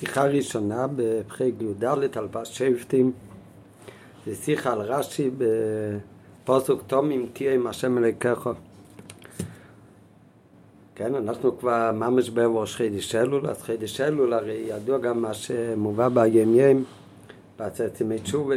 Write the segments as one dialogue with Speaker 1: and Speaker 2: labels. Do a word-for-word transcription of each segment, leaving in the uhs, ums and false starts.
Speaker 1: שיחה ראשונה בפרק י"ד על בשבטים, זה שיחה על רש"י בפסוק תומים תהיה עם השם אלוקיך. כן, אנחנו כבר ממש בראש חידש אלול, אז חידש אלול הרי ידוע גם מה שמובא ביום יום בעצרת ימי תשובה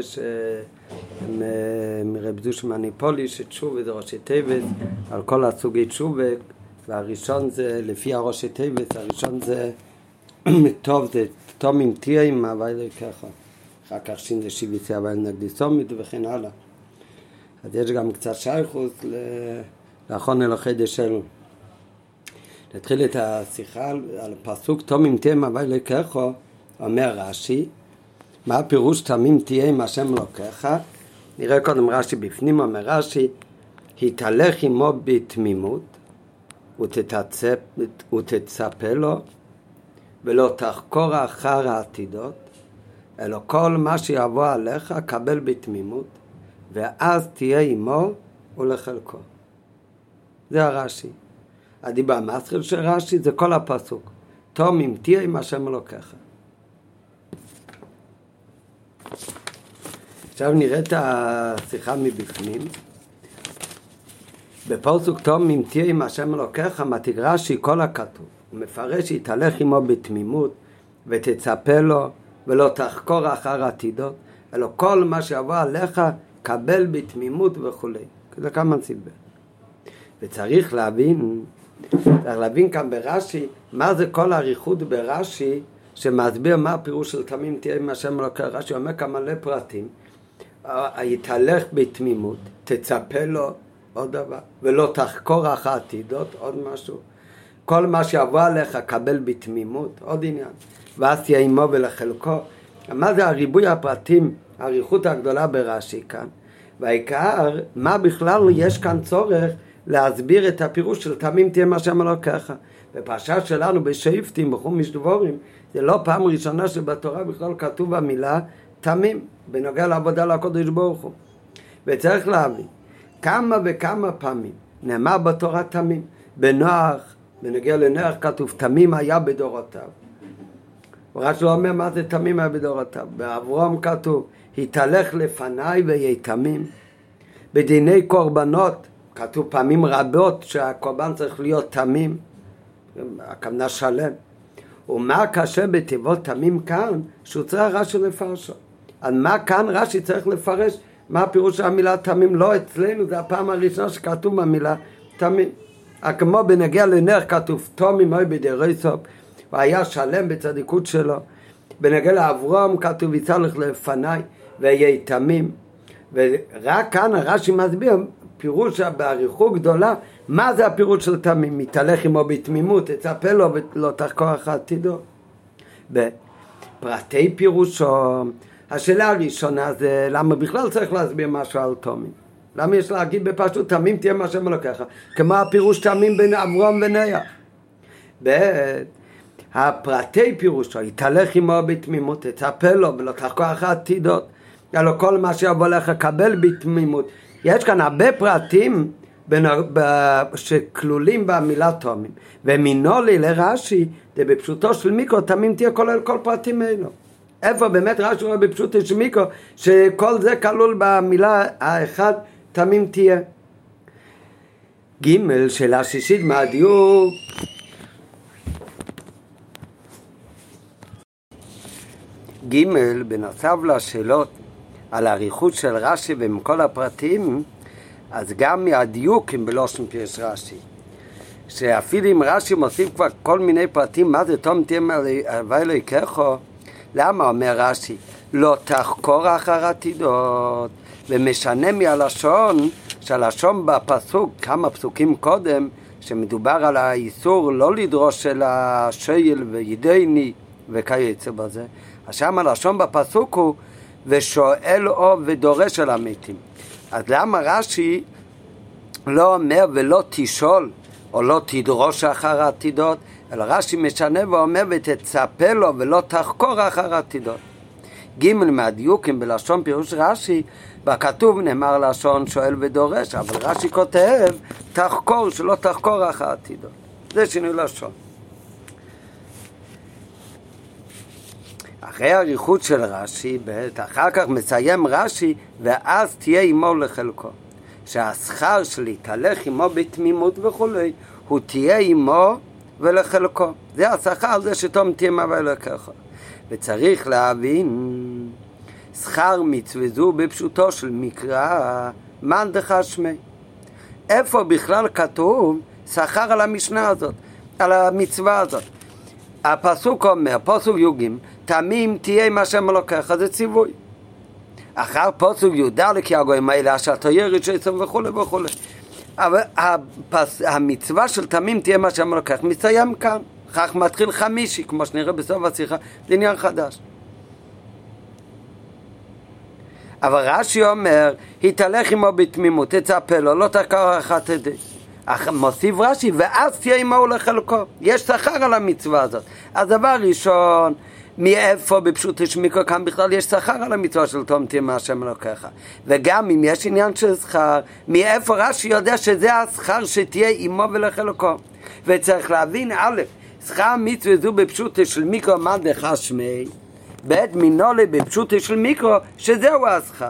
Speaker 1: מרב זושה מניפולי, שתשובה זה ראשי תיבות על כל הסוגי תשובה, והראשון זה לפי הראשי תיבות, הראשון זה טוב, זה תומים תהיה עם הווי אלוקיך, אחר כך שין זה שיביצי הווי נגדיסומית וכן הלאה. אז יש גם קצת שייכות לאחרון אל החידש אלול. נתחיל את השיחה על פסוק תומים תהיה עם הווי אלוקיך. אומר רש"י, מה הפירוש תמים תהיה עם השם אלוקיך? נראה קודם רש"י בפנים. אומר רש"י, התהלך עמו בתמימות ותתצפ, ותצפה לו ולא תחקור אחר העתידות, אלא כל מה שיבוא עליך קבל בתמימות, ואז תהיה עמו ולחלקו. זה הרש"י. הדיבר המתחיל של רש"י זה כל הפסוק. תומים תהיה עם השם אלוקיך. עכשיו נראה את השיחה מבפנים. בפסוק תומים תהיה עם השם אלוקיך מתיג רש"י כל הכתוב. הוא מפרש שיתהלך עמו בתמימות ותצפה לו ולא תחקור אחר עתידות, אלא כל מה שיבוא עליך קבל בתמימות וכו'. זה כמה סיבה. וצריך להבין, צריך להבין כאן ברש"י, מה זה כל האריכות ברש"י שמסביר מה הפירוש של תמים תהיה עם השם אלוקיך. רש"י אומר כמה מלא פרטים. יתהלך בתמימות, תצפה לו עוד דבר, ולא תחקור אחר עתידות עוד משהו. כל מה שיבוא עליך קבל בתמימות, עוד עניין. ואז תהיה עמו ולחלקו. מה זה הריבוי הפרטים, האריכות הגדולה ברש"י כאן? והעיקר, מה בכלל יש כאן צורך להסביר את הפירוש של תמים תהיה עם השם אלוקיך. בפרשה שלנו בשבטים, בחומש דבורים, זה לא פעם ראשונה שבתורה בכלל כתוב המילה תמים, בנוגע לעבודה לקדוש ברוך הוא. וצריך להבין, כמה וכמה פעמים נאמר בתורה תמים. בנוח, בנוגע לנוח כתוב תמים היה בדורותיו. רש"י אומר מה זה תמים היה בדורותיו. באברהם כתוב התהלך לפניי ויהיה תמים. בדיני קורבנות כתוב פעמים רבות שהקורבן צריך להיות תמים, הכוונה שלם. ומה קשה בתיבות תמים כאן? שהוא צריך רש"י לפרשו. על מה כאן רש"י צריך לפרש? מה הפירוש של המילה תמים? לא אצלנו, זה הפעם הראשונה שכתוב במילה תמים. כמו בנגיע לנוח כתוב תומים היה בדורותיו, הוא היה שלם בצדיקות שלו. בנגיע לאברהם כתוב יתהלך לפניי ויהיה תמים. ורק כאן רש"י מסביר פירוש באריכות גדולה, מה זה הפירוש של תמים? מתהלך עמו בתמימות, תצפה לו ולא תחקור אחר עתידו. בפרטי פירושו, השאלה הראשונה זה למה בכלל צריך להסביר משהו על תומים? למה יש להגיד בפשוט תמים תהיה עם השם אלוקיך? כמו הפירוש תמים בין אברהם ונוח. הפרטי פירושו, התהלך עמו בתמימות, תצפה לו ולא תחקור אחר עתידות, אלא כל מה שיבוא לך קבל בתמימות. יש כאן הרבה פרטים שכלולים במילה תומים, ומינולי לרש"י זה בפשוטו של מיקרו תמים תהיה כולל כל פרטים אלו. איפה באמת רש"י רואה בפשוטו של מיקרו שכל זה כלול במילה האחד תמים תהיה. ג' שאלה שישית מהדיוק. ג' בנוסף לשאלות על האריכות של רש"י ומכל הפרטים, אז גם מהדיוקים בלושן פירוש רש"י, שאפילו אם רש"י מוסיף כבר כל מיני פרטים מה זה תום תהיה הווי אלוקיך, למה אומר רש"י לא תחקור אחר עתידות, ומשנה מהלשון שהלשון בפסוק כמה פסוקים קודם שמדובר על האיסור לא לדרוש של השייל וידייני וכיוצא בזה, אז שם הלשון בפסוק הוא ושואל או ודורש על המתים. אז למה רש"י לא אומר ולא תשאול או לא תדרוש אחר העתידות, אלא רש"י משנה ואומר ותצפה לו ולא תחקור אחר העתידות. ג' מהדיוקים בלשון פירוש רש"י, בכתוב נאמר לשון שואל ודורש, אבל רש"י כותב תחקור שלא תחקור אחר העתידות. זה שינוי לשון. אחרי הריחות של רש"י, אחר כך מסיים רש"י, ואז תהיה עמו לחלקו. שהשכר שלי תלך עמו בתמימות וכולי, הוא תהיה עמו ולחלקו. זה השכר, זה שתום תהיה עמו ולחלקו. וצריך להבין, שכר מצווה זו בפשוטו של מקרא, מאן דחשמי. איפה בכלל כתוב שכר על המשנה הזאת, על המצווה הזאת? הפסוק אומר, פסוק י"ג, תמים תהיה עם השם אלוקיך, זה ציווי. אחר פסוק י"ד, כי הגויים האלה אשר תוירא שעשו וכולי וכולי. אבל הפס, המצווה של תמים תהיה עם השם אלוקיך מסתיים כאן. כך מתחיל חמישי, כמו שנראה בסוף השיחה, זה עניין חדש. אבל רש"י אומר, התהלך עמו בתמימות, תצפה לו, לא תחקור אחת את זה. מוסיף רש"י, ואז תהיה עמו לחלקו. יש שכר על המצווה הזאת. אז דבר ראשון, מאיפה בפשוט השמיקו כאן בכלל יש שכר על המצווה של תום תהיה מהשם אלוקיך. וגם אם יש עניין של שכר, מאיפה רש"י יודע שזה השכר שתהיה עמו ולחלקו. וצריך להבין, א', שכר מצווה זו בפשוט של מיקרו מאן דחשמי, בעת מינולי בפשוט של מיקרו, שזהו השכר.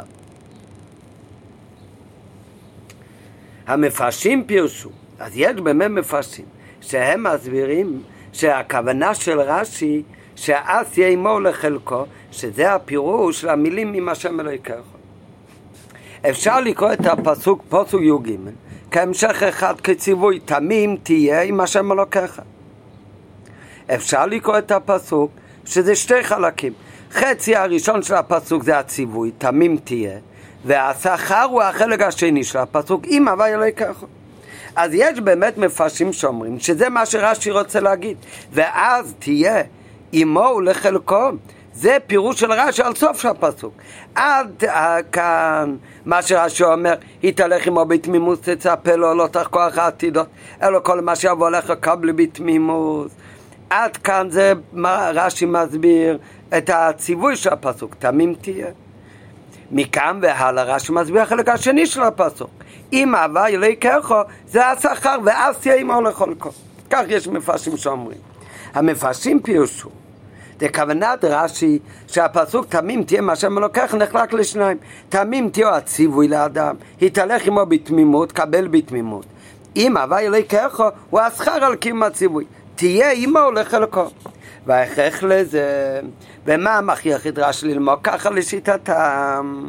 Speaker 1: המפרשים פירשו, אז יש באמת מפרשים, שהם מסבירים שהכוונה של רש"י, שאז יהיה עמו לחלקו, שזה הפירוש של המילים עם השם אלוקיך. אפשר לקרוא את הפסוק, פסוק י"ג, כהמשך אחד כציווי, תמים תהיה עם השם אלוקיך. אפשר לקרוא את הפסוק, שזה שתי חלקים. חצי הראשון של הפסוק זה הציווי, תמים תהיה, והשכר הוא החלק השני של הפסוק, אם הווה אלוקיך. אז יש באמת מפרשים שאומרים שזה מה שרש"י רוצה להגיד, ואז תהיה עמו ולחלקו, זה פירוש של רש"י על סוף של הפסוק. עד כאן מה שרש"י אומר, התהלך עמו בתמימות, תצפה לו, לא תחקור אחר עתידות, אלא כל מה שיבוא לך קבל בתמימות. עד כאן זה מה רש"י מסביר את הציווי של הפסוק, תמים תהיה. מכאן והלאה רש"י מסביר החלק השני של הפסוק, אם הווה אלוקיך זה השכר, ואז תהיה עמו לחלקו. כך יש מפרשים שאומרים. המפרשים פירשו, זה כוונת רש"י שהפסוק תמים תהיה מהשם אלוקיך נחלק לשניים. תמים תהיה הציווי לאדם, התהלך עמו בתמימות, קבל בתמימות. אם הווה אלוקיך הוא השכר על קיום הציווי, תהיה עמו לחלקו. וההכרח לזה, ומה מכריח את רש"י ללמוד ככה לשיטתם,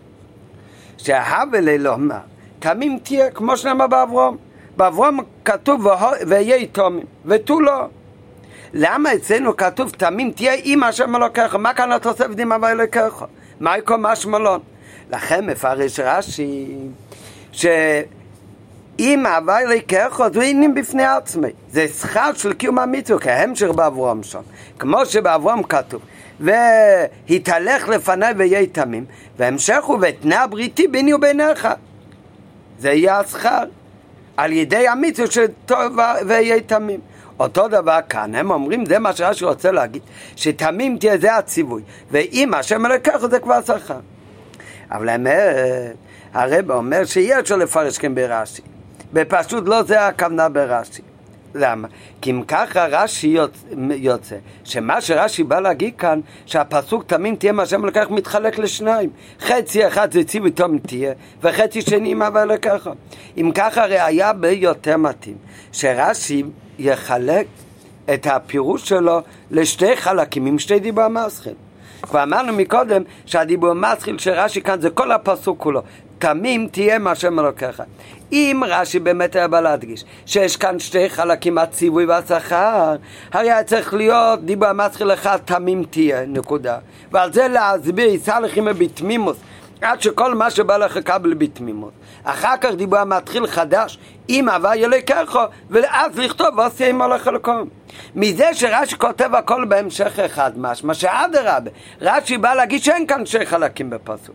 Speaker 1: שההבל אלוהים תמים תהיה כמו שנאמר באברהם. באברהם כתוב ויהיה תמים ותו לא. למה אצלנו כתוב תמים תהיה עם השם אלוקיך? מה כאן התוספת עם הווה אלוקיך? מה יקום משמלון? לכן מפרש רש"י שאם הווה אלוקיך זה עניין בפני עצמי, זה שכר של קיום המצווה כהמשך באברהם שם, כמו שבאברהם כתוב והתהלך לפניי ויהיה תמים, והמשך הוא ותנה בריתי ביני וביניך, זה יהיה השכר על ידי המצווה שטוב ויהיה תמים. אותו דבר כאן, הם אומרים, זה מה שרש"י רוצה להגיד, שתמים תהיה זה הציווי, ואם השם אלוקיך זה כבר שכר. אבל הרב אומר שיש לו לפרש כן ברש"י, בפשוט לא זה הכוונה ברש"י. למה? כי אם ככה רש"י יוצא, שמה שרש"י בא להגיד כאן, שהפסוק תמים תהיה מה השם אלוקיך מתחלק לשניים, חצי אחד זה ציווי תמים תהיה, וחצי שני מה הווה אלוקיך. אם ככה ראיה ביותר מתאים, שרש"י יחלק את הפירוש שלו לשתי חלקים עם שתי דיבור מסחיל. כבר אמרנו מקודם שהדיבור מסחיל שרש"י כאן זה כל הפסוק כולו, תמים תהיה מה השם אלוקיך. אם רש"י באמת היה בא להדגיש שיש כאן שתי חלקים, הציווי והשכר, הרי היה צריך להיות דיבור מסחיל אחד, תמים תהיה, נקודה. ועל זה להסביר, יישא לכם בתמימות, עד שכל מה שבא לך קבל בתמימות. אחר כך דיבור מתחיל חדש, אם הווה אלוקיך, ואז לכתוב ועושה עמו לחלקו. מזה שרש"י כותב הכל בהמשך אחד, משמע שאדרבה, רש"י בא להגיד שאין כאן שני חלקים בפסוק.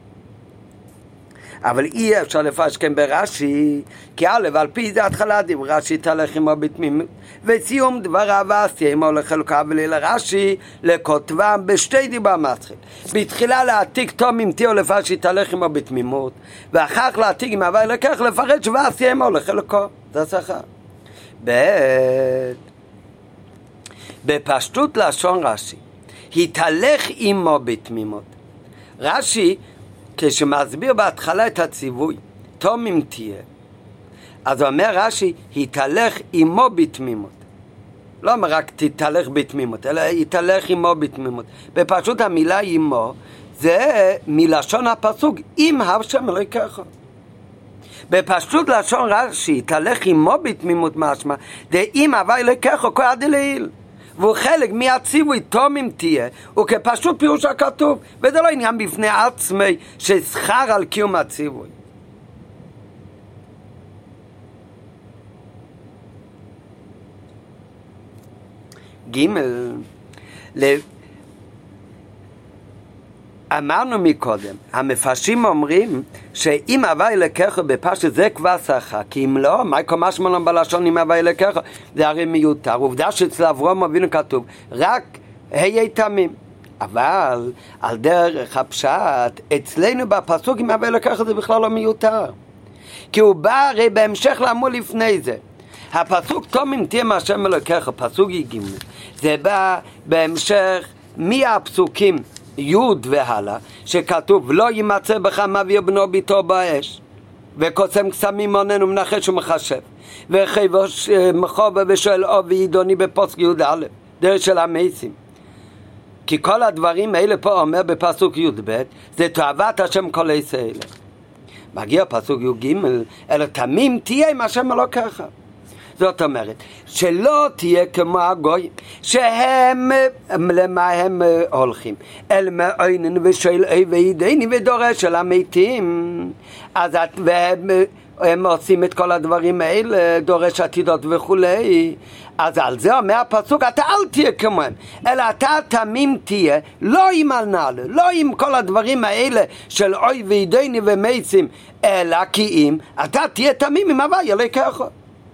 Speaker 1: אבל אי אפשר לפרש כן ברש"י, כי א' על פי זה התחלה דיבר רש"י תהלך עמו בתמימות, וסיום דבריו ועשה עמו לחלקו, אבל רש"י לכותבם בשתי דיבור מתחיל. בתחילה להעתיק תמים תהיה לפרש תהלך עמו בתמימות, ואחר כך להעתיק עם הווה אלוקיך לפרש ועשה עמו לחלקו. זה השכר. ב' בפשטות לשון רש"י, התהלך עמו בתמימות. רש"י, כשמסביר בהתחלה את הציווי, תומם תהיה, אז הוא אומר רש"י, התהלך עמו בתמימות. לא אומר רק תתהלך בתמימות, אלא התהלך עמו בתמימות. בפשוט המילה עמו, זה מלשון הפסוק, אם השם אלוהיך. בפשוט לשון רש"י, התהלך עמו בתמימות משמע, דאם הווה אלוהיך כל דלעיל. והוא חלק מהציווי תומם תהיה, וכפשוט פירוש הכתוב, וזה לא עניין בפני עצמי ששכר על קיום הציווי. ג' אמרנו מקודם, המפרשים אומרים שאם הווה אלוהיך בפשט זה כבר שכר, כי אם לא, מה יקום משמע בלשון אם הווה אלוהיך? זה הרי מיותר. עובדה שאצל אברהם אבינו כתוב רק היה תמים, אבל על דרך הפשט אצלנו בפסוק אם הווה אלוהיך זה בכלל לא מיותר, כי הוא בא הרי בהמשך לאמור לפני זה. הפסוק תומם תהיה מהשם אלוהיך, פסוק י"ג, זה בא בהמשך מהפסוקים י' והלאה, שכתוב לא יימצא בך מביא בנו ביתו באש, וקוסם קסמים מונן ומנחש ומחשב, וחיבוש מחובה ושואל אובי עידוני בפסוק י"א, דרך של המייסים. כי כל הדברים האלה פה אומר בפסוק י"ב, זה תאוות השם כל ישראל. מגיע פסוק י"ג, אלא תמים תהיה עם השם אלוהיך. זאת אומרת, שלא תהיה כמו הגויים, שהם, למה הם הולכים? אל מעוינן ושואל אי וידעני ודורש של המתים. אז והם, הם עושים את כל הדברים האלה, דורש עתידות וכולי. אז על זה אומר הפסוק, אתה אל תהיה כמוהם, אלא אתה תמים תהיה, לא עם הנעל, לא עם כל הדברים האלה של אוי וידעני ומייסים, אלא כי אם אתה תהיה תמים עם הווה אלוהיך.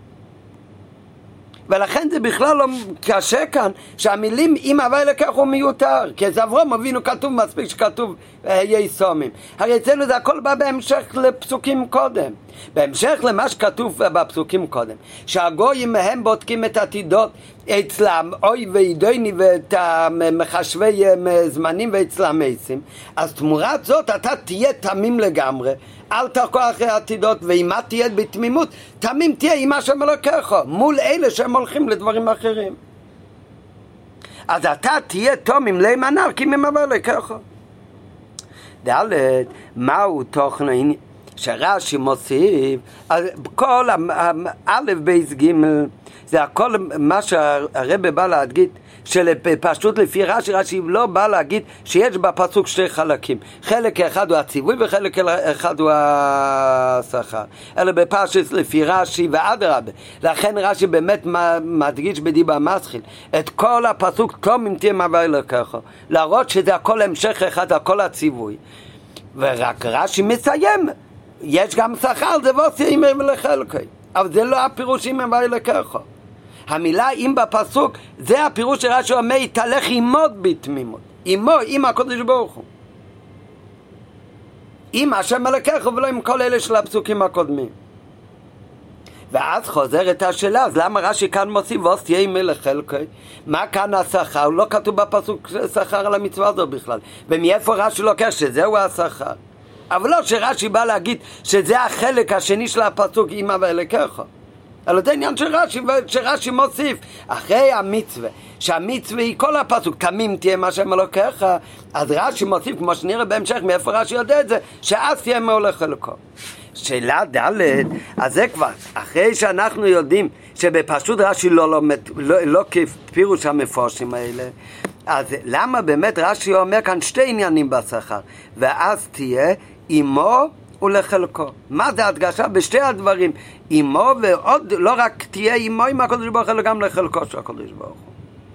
Speaker 1: ולכן זה בכלל לא קשה כאן שהמילים אם הווה אלוהיך הוא מיותר, כי אז אברהם אבינו כתוב מספיק שכתוב יהי סומים. הרי אצלנו זה הכל בא בהמשך לפסוקים קודם, בהמשך למה שכתוב בפסוקים קודם, שהגויים הם בודקים את עתידות אצלם אוי וידעני ואת המחשבי זמנים ואצלם מייסים. אז תמורת זאת אתה תהיה תמים לגמרי, אל תחקור אחרי העתידות, ואם את תהיה בתמימות, תמים תהיה עם השם אלוהיך, מול אלה שהם הולכים לדברים אחרים. אז אתה תהיה תמים להימנע, כי אם הווה אלוהיך. ד' מהו תוכן העניין? שרש"י מוסיף, כל א' בייס ג' זה הכל מה שהרבא בא להגיד, שפשוט לפי רש"י, רש"י לא בא להגיד שיש בפסוק שתי חלקים, חלק אחד הוא הציווי וחלק אחד הוא השכר, אלא בפשט לפי רש"י ואדרבה. לכן רש"י באמת מדגיש בדיבה מסחיל את כל הפסוק תומם תהיה מהווה אלוהיך, להראות שזה הכל המשך אחד, הכל הציווי. ורק רש"י מסיים, יש גם שכר, זה ועושה אימא ולחלקי, אבל זה לא הפירוש אימא ולחלקי. המילה אם בפסוק זה הפירוש שרש"י אומר יתהלך עמו בתמימות, עמו, עם הקדוש ברוך הוא, עם השם אלוהיך ולא עם כל אלה של הפסוקים הקודמים. ואז חוזרת השאלה, אז למה רש"י כאן מוסיף ועושה אימא לחלקי? מה כאן השכר? לא כתוב בפסוק שכר על המצווה הזו בכלל, ומאיפה רש"י לוקח שזהו השכר? אבל לא שרש"י בא להגיד שזה החלק השני של הפסוק עם הווה אלוהיך, אלא זה עניין של רש"י, שרש"י מוסיף אחרי המצווה, שהמצווה היא כל הפסוק תמים תהיה מהשם אלוהיך, אז רש"י מוסיף כמו שנראה בהמשך מאיפה רש"י יודע את זה, שאז תהיה מהולך אלוקו. שאלה ד', אז זה כבר אחרי שאנחנו יודעים שבפשוט רש"י לא לומד, לא, לא כפירוש המפורשים האלה, אז למה באמת רש"י אומר כאן שתי עניינים בשכר, ואז תהיה עמו ולחלקו? מה זה הדגשה בשתי הדברים, עמו ועוד לא רק תהיה עמו עם הקדוש ברוך הוא, אלא גם לחלקו של הקדוש ברוך הוא.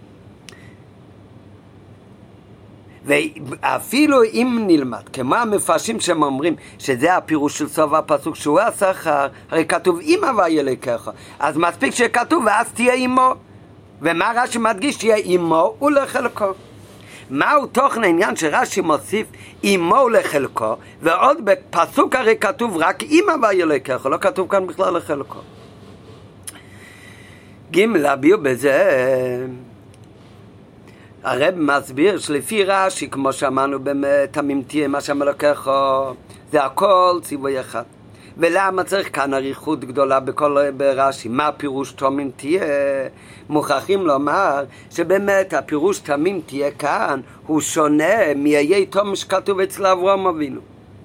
Speaker 1: ואפילו אם נלמד כמו המפרשים שהם אומרים שזה הפירוש של סוף הפסוק שהוא השכר, הרי כתוב אם הווה אלוהיך, אז מספיק שכתוב ואז תהיה עמו, ומה רש"י מדגיש? תהיה עמו ולחלקו. מהו תוכן העניין שרש"י מוסיף עמו ולחלקו, ועוד בפסוק הרי כתוב רק אם הווה אלוהיך, לא כתוב כאן בכלל לחלקו. ג' הביאו בזה הרב מסביר שלפי רש"י, כמו שאמרנו בתמים תהיה מה שם לוקח, זה הכל ציווי אחד. ולמה צריך כאן אריכות גדולה בכל ברש"י? מה פירוש תמים תהיה? מוכרחים לומר שבאמת הפירוש תמים תהיה כאן הוא שונה מאיי תום שכתוב אצל אברהם אבינו,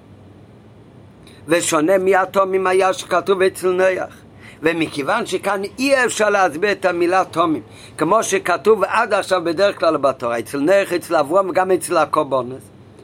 Speaker 1: ושונה מהתומים היה שכתוב אצל נוח. ומכיוון שכאן אי אפשר להסביר את המילה תומים כמו שכתוב עד עכשיו בדרך כלל בתורה אצל נוח, אצל אברהם וגם אצל הקורבנות,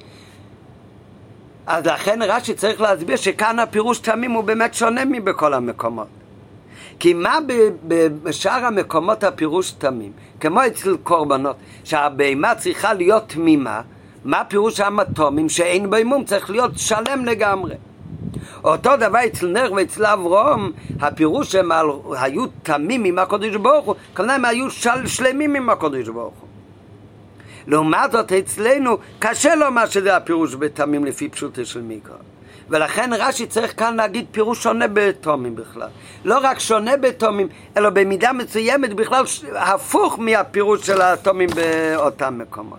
Speaker 1: אז לכן רש"י צריך להסביר שכאן הפירוש תמים הוא באמת שונה מבכל המקומות. כי מה בשאר המקומות הפירוש תמים? כמו אצל קורבנות שהבהמה צריכה להיות תמימה, מה פירוש המתומים? שאין בהמום, צריך להיות שלם לגמרי. אותו דבר אצל נח ואצל אברהם, הפירוש שהם היו תמים עם הקדוש ברוך הוא, כלומר הם היו של, שלמים עם הקדוש ברוך הוא. לעומת זאת אצלנו קשה לומר שזה הפירוש בתמים לפי פשוטו של מקרא, ולכן רש"י צריך כאן להגיד פירוש שונה בתומים בכלל, לא רק שונה בתומים אלא במידה מסוימת בכלל הפוך מהפירוש של התומים באותם מקומות.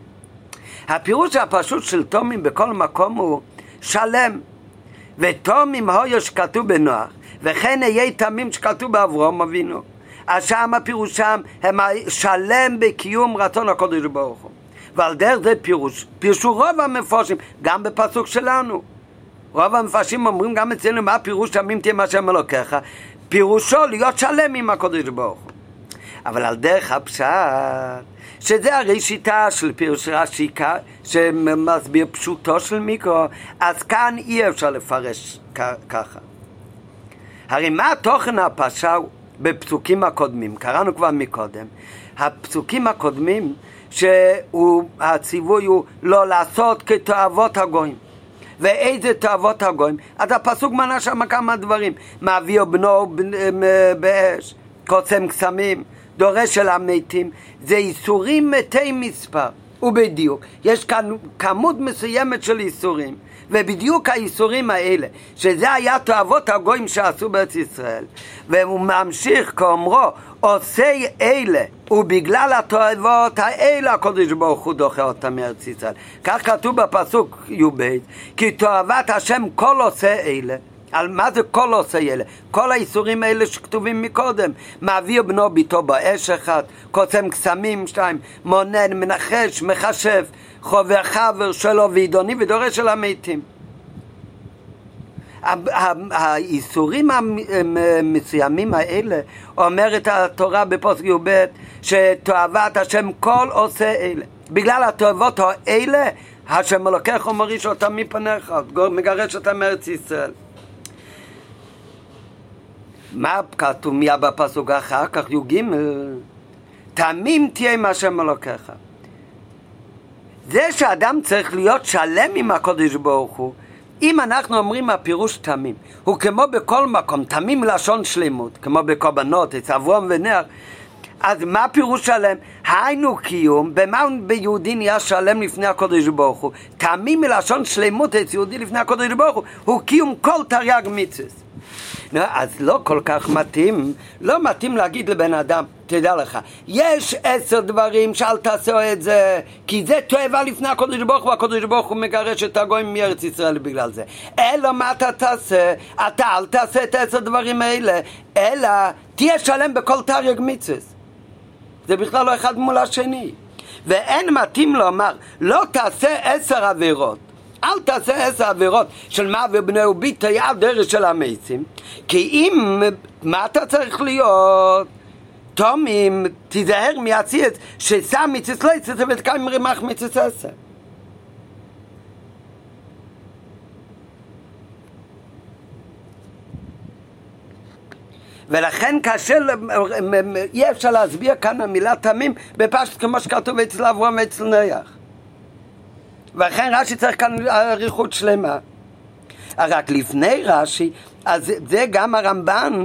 Speaker 1: הפירוש הפשוט של תומים בכל מקום הוא שלם, ותומים היו שכתוב בנוח וכן יהיה תמים שכתוב באברהם אבינו, אז שם הפירושם הם שלם בקיום רצון הקדוש ברוך הוא. ועל דרך זה פירוש פירשו רוב המפרשים גם בפסוק שלנו. רוב המפרשים אומרים גם אצלנו מה פירוש תמים תהיה מה שם אלוקיך, פירושו להיות שלם עם הקדוש ברוך הוא. אבל על דרך הפשט שזה הרי שיטה של פירוש רש"י שמסביר פשוטו של מקרא, אז כאן אי אפשר לפרש ככה. הרי מה התוכן הפשט בפסוקים הקודמים? קראנו כבר מקודם הפסוקים הקודמים שהציווי הוא לא לעשות כתאוות הגויים. ואיזה תאוות הגויים? אז הפסוק מנה שם כמה דברים, מעביר בנו באש, קוצם קסמים, דורש של המתים, זה איסורים מתי מספר, ובדיוק יש כאן כמות מסוימת של איסורים, ובדיוק האיסורים האלה שזה היה תאוות הגויים שעשו בארץ ישראל, והוא ממשיך כאומרו עושה אלה, ובגלל התאוות האלה הקדוש ברוך הוא דוחה אותם מארץ ישראל. כך כתוב בפסוק י"ב, כי תאוות השם כל עושה אלה. על מה זה כל עושה אלה? כל האיסורים האלה שכתובים מקודם, מעביר בנו ביתו באש אחד, קוצם קסמים שתיים, מונן, מנחש, מחשב, חובר חבר שלו ועידוני ודורש של המתים. האיסורים המסוימים האלה אומרת התורה בפסוק י"ב שתאוות השם כל עושה אלה. בגלל התאוות האלה השם אלוקיך מוריש אותם מפניך, מגרש אותם מארץ ישראל. מה כתוב מיה בפסוק אחר כך י"ג? תמים תהיה עם השם אלוקיך. זה שאדם צריך להיות שלם עם הקדוש ברוך הוא, אם אנחנו אומרים הפירוש תמים הוא כמו בכל מקום, תמים לשון שלמות, כמו בקורבנות אצל אברהם ונח, אז מה פירוש שלם? היינו קיום, במה ביהודי נהיה שלם לפני הקדוש ברוך הוא? תמים מלשון שלמות אצל יהודי לפני הקדוש ברוך הוא הוא קיום כל תרי"ג מצוות. אז לא כל כך מתאים, לא מתאים להגיד לבן אדם, תדע לך, יש עשר דברים שאל תעשה את זה, כי זה תועבה לפני הקדוש ברוך הוא, הקדוש ברוך הוא מגרש את הגויים מארץ ישראל בגלל זה. אלא מה אתה תעשה? אתה אל תעשה את העשר דברים האלה, אלא תהיה שלם בכל תרי"ג מצוות. זה בכלל לא אחד מול השני. ואין מתאים לומר, לא תעשה עשר עבירות. אל תעשה עשר עבירות של מוות בני וביתי על דרך של המתים, כי אם מה אתה צריך להיות? תומים, תיזהר מהציץ ששם מצוות לא יצא ותקיים רמ"ח מצוות עשר. ולכן קשה, אי אפשר להסביר כאן המילה תמים בפשט כמו שכתוב אצל אברהם ואצל נוח. ולכן רש"י צריך כאן אריכות שלמה. רק לפני רש"י, אז זה גם הרמב"ן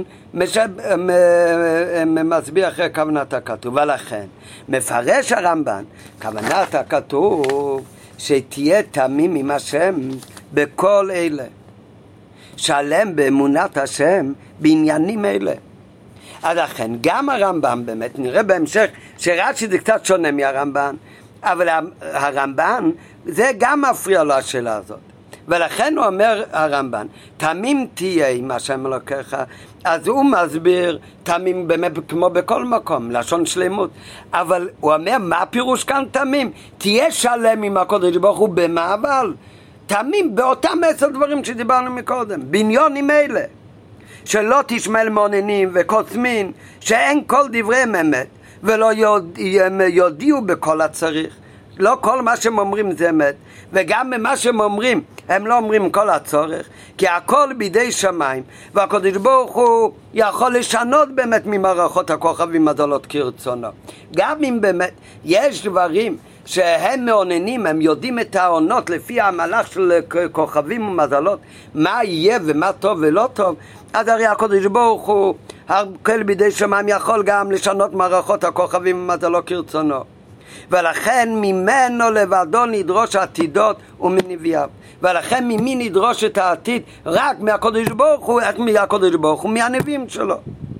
Speaker 1: מסביר אחרי כוונת הכתוב. ולכן מפרש הרמב"ן כוונת הכתוב שתהיה תמים עם השם בכל אלה, שלם באמונת השם בעניינים אלה. אז לכן גם הרמב"ן באמת, נראה בהמשך שרש"י זה קצת שונה מהרמב"ן, אבל הרמב"ן זה גם מפריע לו השאלה הזאת, ולכן הוא אומר הרמב"ן, תמים תהיה מה שם אלוקיך, אז הוא מסביר תמים באמת כמו בכל מקום, לשון שלמות, אבל הוא אומר מה הפירוש כאן תמים? תהיה שלם עם הקודש ברוך הוא במה אבל? תמים באותם עשר דברים שדיברנו מקודם, בניונים אלה, שלא תשמע מעוננים וקוצמין, שאין כל דברי אמת, ולא יודיעו בכל הצריך. לא כל מה שהם אומרים זה אמת, וגם במה שהם אומרים הם לא אומרים כל הצורך, כי הכל בידי שמיים, והקדוש ברוך הוא יכול לשנות באמת ממערכות הכוכבים הדלות כרצונו. גם אם באמת יש דברים שהם מעוננים, הם יודעים את העונות לפי המהלך של כוכבים ומזלות, מה יהיה ומה טוב ולא טוב, אז הרי הקדוש ברוך הוא הכל בידי שמיים יכול גם לשנות מערכות הכוכבים ומזלות כרצונו, ולכן ממנו לבדו נדרוש עתידות ומנביאיו, ולכן ממי נדרוש את העתיד? רק מהקדוש ברוך הוא, רק מהקדוש ברוך הוא, מהנביאים שלו.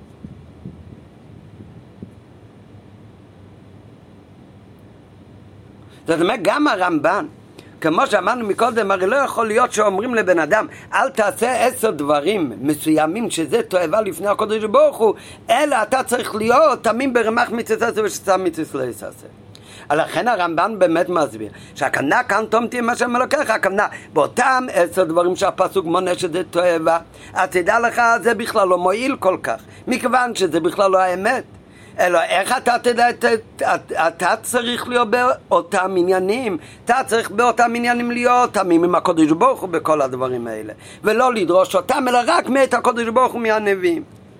Speaker 1: זאת אומרת, גם הרמב"ן, כמו שאמרנו מקודם, הרי לא יכול להיות שאומרים לבן אדם אל תעשה עשר דברים מסוימים שזה תועבה לפני הקדוש ברוך הוא, אלא אתה צריך להיות תמים ברמ"ח מצווה ושצה מצווה לא יעשה. לכן הרמב"ן באמת מסביר שהכוונה כאן תום תהיה מה שם אלוקיך, הכוונה באותם עשר דברים שהפסוק מונה שזה תועבה, אז תדע לך זה בכלל לא מועיל כל כך, מכיוון שזה בכלל לא האמת. אלא איך אתה תדע, אתה צריך להיות באותם עניינים, אתה צריך באותם עניינים להיות תמים עם הקדוש ברוך הוא בכל הדברים האלה, ולא לדרוש אותם, אלא רק מאת הקדוש ברוך הוא מהנביאים.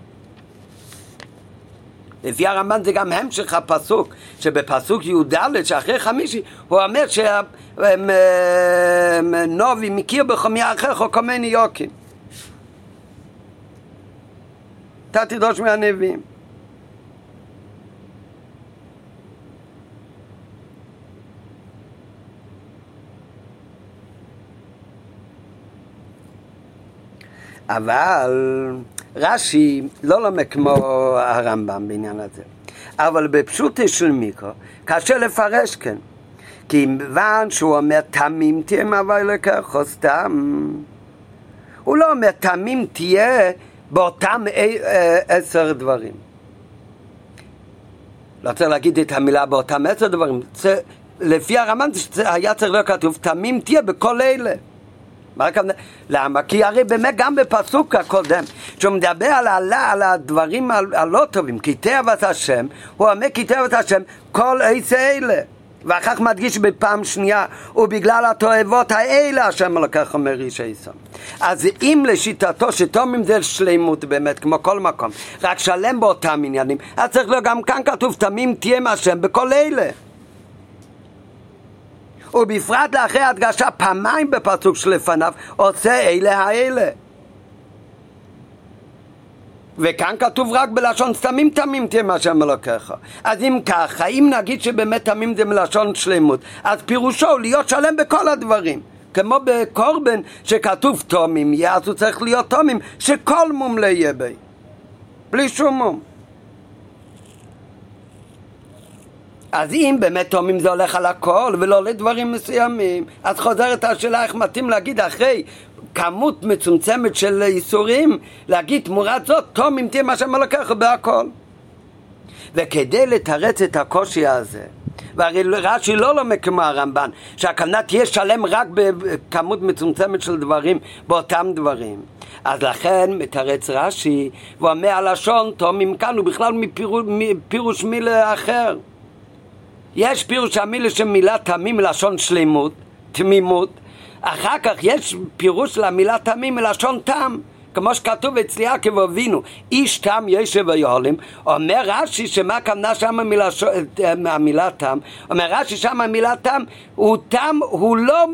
Speaker 1: לפי הרמב"ן זה גם המשך הפסוק, שבפסוק י"ד שאחרי חמישי הוא אומר שנובי מכיר בחומי אחיך כמני יוקים, אתה תדרוש מהנביאים. אבל רש"י לא לומד כמו הרמב"ם בעניין הזה, אבל בפשוטו של מיקרו קשה לפרש כן, כי כיוון שהוא אומר תמים תהיה מהווה אלוקיך סתם, הוא לא אומר תמים תהיה באותם עשר דברים. לא צריך להגיד את המילה באותם עשר דברים, לפי הרמב"ם היה צריך להיות כתוב תמים תהיה בכל אלה. למה? כי הרי באמת גם בפסוק הקודם שהוא מדבר על, על, על הדברים הלא טובים, כי תאוות השם, הוא אומר כי תאוות השם כל עשה אלה, ואחר כך מדגיש בפעם שנייה ובגלל התועבות האלה השם לקח אומר איש עשה. אז אם לשיטתו שתומים זה שלמות באמת כמו כל מקום, רק שלם באותם עניינים, אז צריך לו גם כאן כתוב תמים תהיה מהשם בכל אלה, ובפרט לאחרי הדגשה פעמיים בפסוק שלפניו עושה אלה האלה, וכאן כתוב רק בלשון סתמים תמים תהיה מה שם אלוקיך. אז אם ככה, אם נגיד שבאמת תמים זה מלשון שלמות, אז פירושו להיות שלם בכל הדברים, כמו בקורבן שכתוב תומים יהיה, אז הוא צריך להיות תומים שכל מום לא יהיה בי, בלי שום מום. אז אם באמת תומים זה הולך על הכל ולא לדברים מסוימים, אז חוזרת השאלה איך מתאים להגיד אחרי כמות מצומצמת של איסורים, להגיד תמורת זאת תומים תהיה מה שם אלוקיך בהכל. וכדי לתרץ את הקושי הזה, והרי רש"י לא לומד כמו הרמב"ן שהכוונה תהיה שלם רק בכמות מצומצמת של דברים באותם דברים, אז לכן מתרץ רש"י ואומר הלשון תומים כאן הוא בכלל מפירוש, מפירוש מילה אחר. יש פירוש המילה של מילה תמים מלשון שלמות, תמימות, אחר כך יש פירוש למילה תמים מלשון תם, כמו שכתוב אצל יעקב אבינו איש תם ישב ויהולם. אומר רש"י שמה הכוונה שם מהמילה תם? אומר רש"י שם המילה תם הוא תם, הוא לא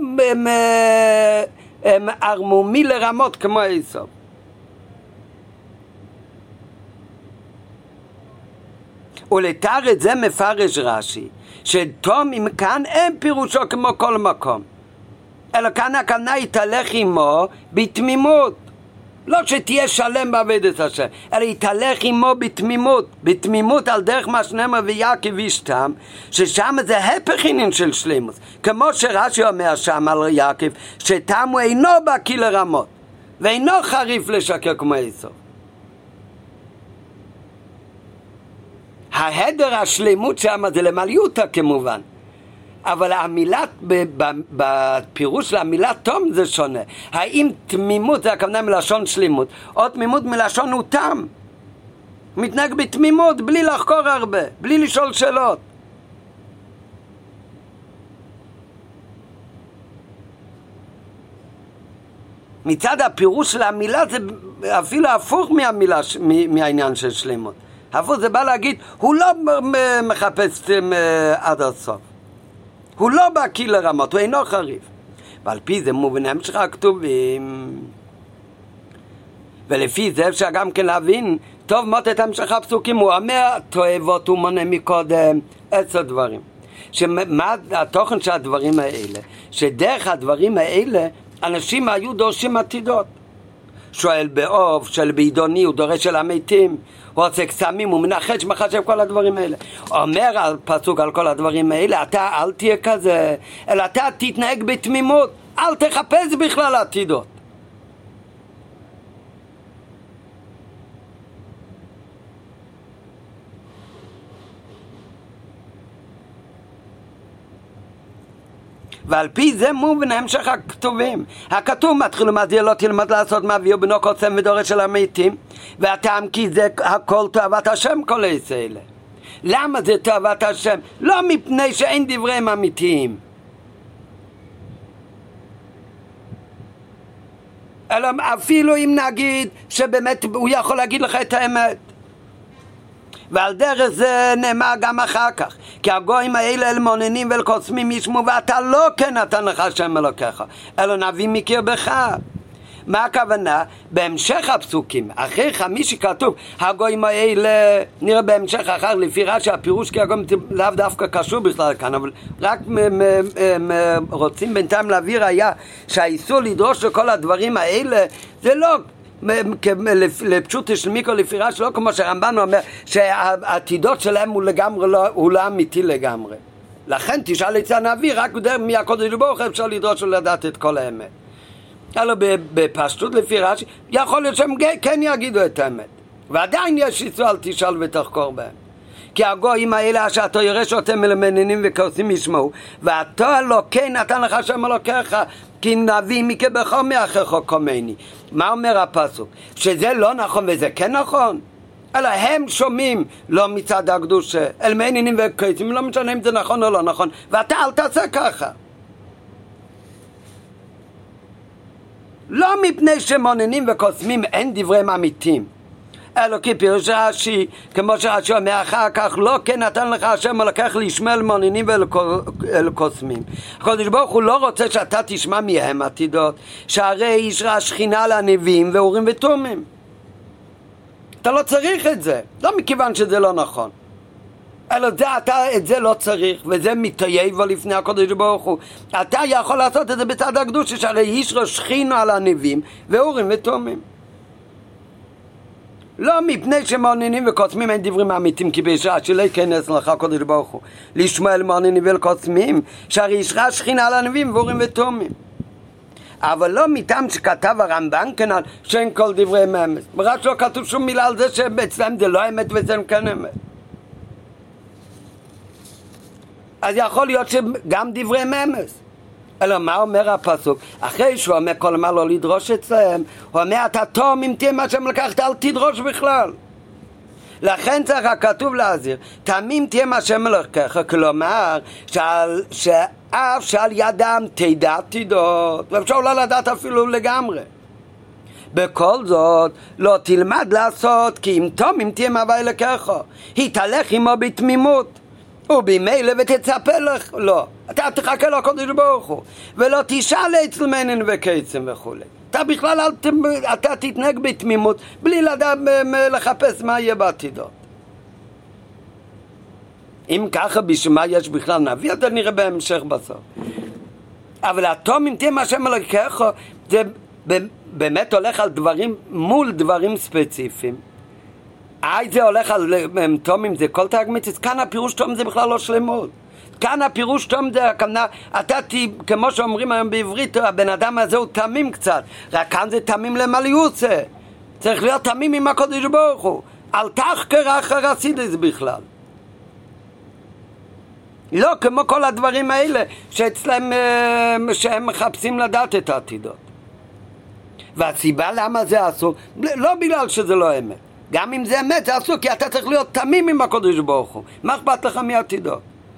Speaker 1: ערמומי לרמות כמו עשיו. ולתרץ זה מפרש רש"י שתומים כאן אין פירושו כמו כל מקום, אלא כאן הכוונה יתהלך עמו בתמימות, לא שתהיה שלם בעבודת השם, אלא יתהלך עמו בתמימות, בתמימות על דרך מה שנאמר ויעקב איש תם, ששם זה הפך עניין של שלמות, כמו שרש"י אומר שם על יעקב, שתם הוא אינו בקיא לרמות, ואינו חריף לשקר כמו עשיו. ההדר השלמות שם זה למליותה כמובן, אבל המילה, בפירוש של המילה תום זה שונה. האם תמימות זה הכוונה מלשון שלמות, או תמימות מלשון הוא תם, מתנהג בתמימות בלי לחקור הרבה, בלי לשאול שאלות. מצד הפירוש של המילה זה אפילו הפוך מהמילה, מהעניין של שלמות. הפוך זה בא להגיד, הוא לא מחפש עד הסוף, הוא לא בקיא לרמות, הוא אינו חריף. ועל פי זה מובן המשך הכתובים, ולפי זה אפשר גם כן להבין טוב מאוד את המשך הפסוקים. הוא אומר תועבות הוא מונה מקודם עשר דברים, שמה התוכן של הדברים האלה, שדרך הדברים האלה אנשים היו דורשים עתידות. שואל באוב, שואל בעידוני, הוא דורש של המתים, הוא עושה קסמים, הוא מנחש מחשב כל הדברים האלה. אומר על פסוק על כל הדברים האלה, אתה אל תהיה כזה, אלא אתה תתנהג בתמימות, אל תחפש בכלל עתידות. ועל פי זה מובן המשך הכתובים. הכתוב מתחיל ומזהיר לא תלמד לעשות מה ויהיו בנו קוסם ודורש של המתים, והטעם כי זה הכל תאוות השם כל אלה. למה זה תאוות השם? לא מפני שאין דבריהם אמיתיים, אלא אפילו אם נגיד שבאמת הוא יכול להגיד לך את האמת, ועל דרך זה נאמר גם אחר כך, כי הגויים האלה אל מוננים ואל קוסמים ישמו, ואתה לא כן נתן לך השם אלוקיך, אלא נביא מכיר בך. מה הכוונה? בהמשך הפסוקים, אחרי חמישי כתוב הגויים האלה, נראה בהמשך אחר לפי רש"י הפירוש, כי הגויים לאו דווקא קשור בכלל כאן, אבל רק רוצים בינתיים להביא ראיה שהאיסור לדרוש לכל הדברים האלה זה לא לפשוט של מיקרו לפי רש"י, לא כמו שהרמב"ן אומר שהעתידות שלהם הוא לגמרי לא, הוא לא אמיתי לגמרי. לכן תשאל את הנביא, רק דרך מהקודש ברוך אפשר לדרוש ולדעת את כל האמת. אלא בפשטות לפי רש"י יכול להיות שהם כן יגידו את האמת, ועדיין יש איסור אל תשאל ותחקור בהם, כי הגויים האלה שאתה ירש אותם מלמננים וכוסים ישמעו, ואתה לא כן נתן לך שם אלוקיך, כי נביא מכבך מאחיך קומני. מה אומר הפסוק? שזה לא נכון וזה כן נכון? אלא הם שומעים לא מצד הקדושה אל מננים וכוסים, לא משנה אם זה נכון או לא נכון, ואתה אל תעשה ככה. לא מפני שמוננים וקוסמים אין דבריהם אמיתיים, אלא כי פירוש רש"י, כמו שרש"י אומר אחר כך, לא כן נתן לך השם אלוקיך לשמוע אל מוננים ואל קוסמים. הקדוש ברוך הוא לא רוצה שאתה תשמע מהם עתידות, שהרי אישרה שכינה לנביאים ואורים ותומים. אתה לא צריך את זה, לא מכיוון שזה לא נכון, אלא זה, אתה את זה לא צריך, וזה מתייבו לפני הקדוש ברוך הוא. אתה יכול לעשות את זה בצד הקדושה, שהרי אישרה שכינה על הנביאים ואורים ותומים. לא מפני שמעוננים וקוסמים אין דברים אמיתיים, כי בשעה שלא ייכנס לך הקדוש ברוך הוא לשמוע אל מעוננים ואל קוסמים, שהרי אישרה שכינה על הנביאים ואורים ותומים. אבל לא מטעם שכתב הרמב"ן כנ"ל שאין כל דברי אמת, רק לא כתוב שום מילה על זה שאצלם זה לא אמת ואצלם כן אמת. אז יכול להיות שגם דברי אמת. אלא מה אומר הפסוק? אחרי שהוא אומר כל מה לא לדרוש אצלם, הוא אומר אתה תום אם תהיה מה שהם לקחת, אל תדרוש בכלל. לכן צריך הכתוב להזהיר, תמים תהיה מה שהם לקחת, כלומר שעל, שאף שעל ידם תדע עתידות, ואפשר לא לדעת אפילו לגמרי. בכל זאת לא תלמד לעשות, כי אם תום אם תהיה מהווה לקחת, התהלך עמו בתמימות ובמילא ותצפה לך, לא, אתה תחכה לו הקדוש ברוך הוא, ולא תשאל אצל מנן וקצם וכו'. אתה בכלל אל, אתה תתנהג בתמימות בלי לדעת לחפש מה יהיה בעתידות. אם ככה בשביל מה יש בכלל נביא, אתה נראה בהמשך בסוף. אבל התום אם תהיה מה שם אלוקיך, זה באמת הולך על דברים מול דברים ספציפיים, אי זה הולך על תומים, זה כל תגמיתס, כאן הפירוש תום זה בכלל לא שלמות. כאן הפירוש תום זה הכוונה, אתה כמו שאומרים היום בעברית, הבן אדם הזה הוא תמים קצת, רק כאן זה תמים למליוצה, צריך להיות תמים עם הקודש ברוך הוא, אל תחקר אחר הסידס בכלל. לא כמו כל הדברים האלה שאצלם, שהם מחפשים לדעת את העתידות. והסיבה למה זה אסור, לא בגלל שזה לא אמת, גם אם זה אמת זה אסור, כי אתה צריך להיות תמים עם הקודש ברוך הוא, מה אכפת לך מעתידות?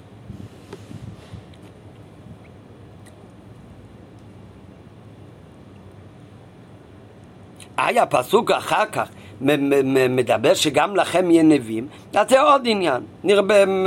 Speaker 1: היה הפסוק אחר כך מדבר שגם לכם יהיה נביאים, אז זה עוד עניין, נראה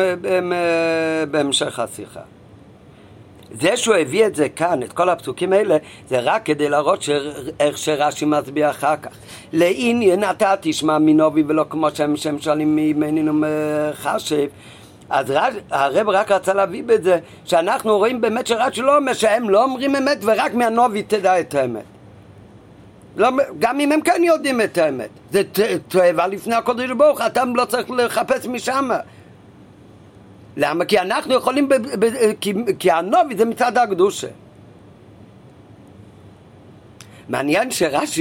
Speaker 1: בהמשך השיחה. זה שהוא הביא את זה כאן, את כל הפסוקים האלה, זה רק כדי להראות איך שרש"י מצביע אחר כך. לעניין אתה תשמע מנובי ולא כמו שהם שהם שואלים ממנינו מחשב. אז הרב רק רצה להביא בזה, שאנחנו רואים באמת שרש"י לא אומר שהם לא אומרים אמת ורק מהנובי תדע את האמת. לא, גם אם הם כן יודעים את האמת, זה תועבה לפני הקודש ברוך, אתם לא צריך לחפש משם. למה? כי אנחנו יכולים, ב, ב, כי, כי הנובי זה מצד הקדושה. מעניין שרש"י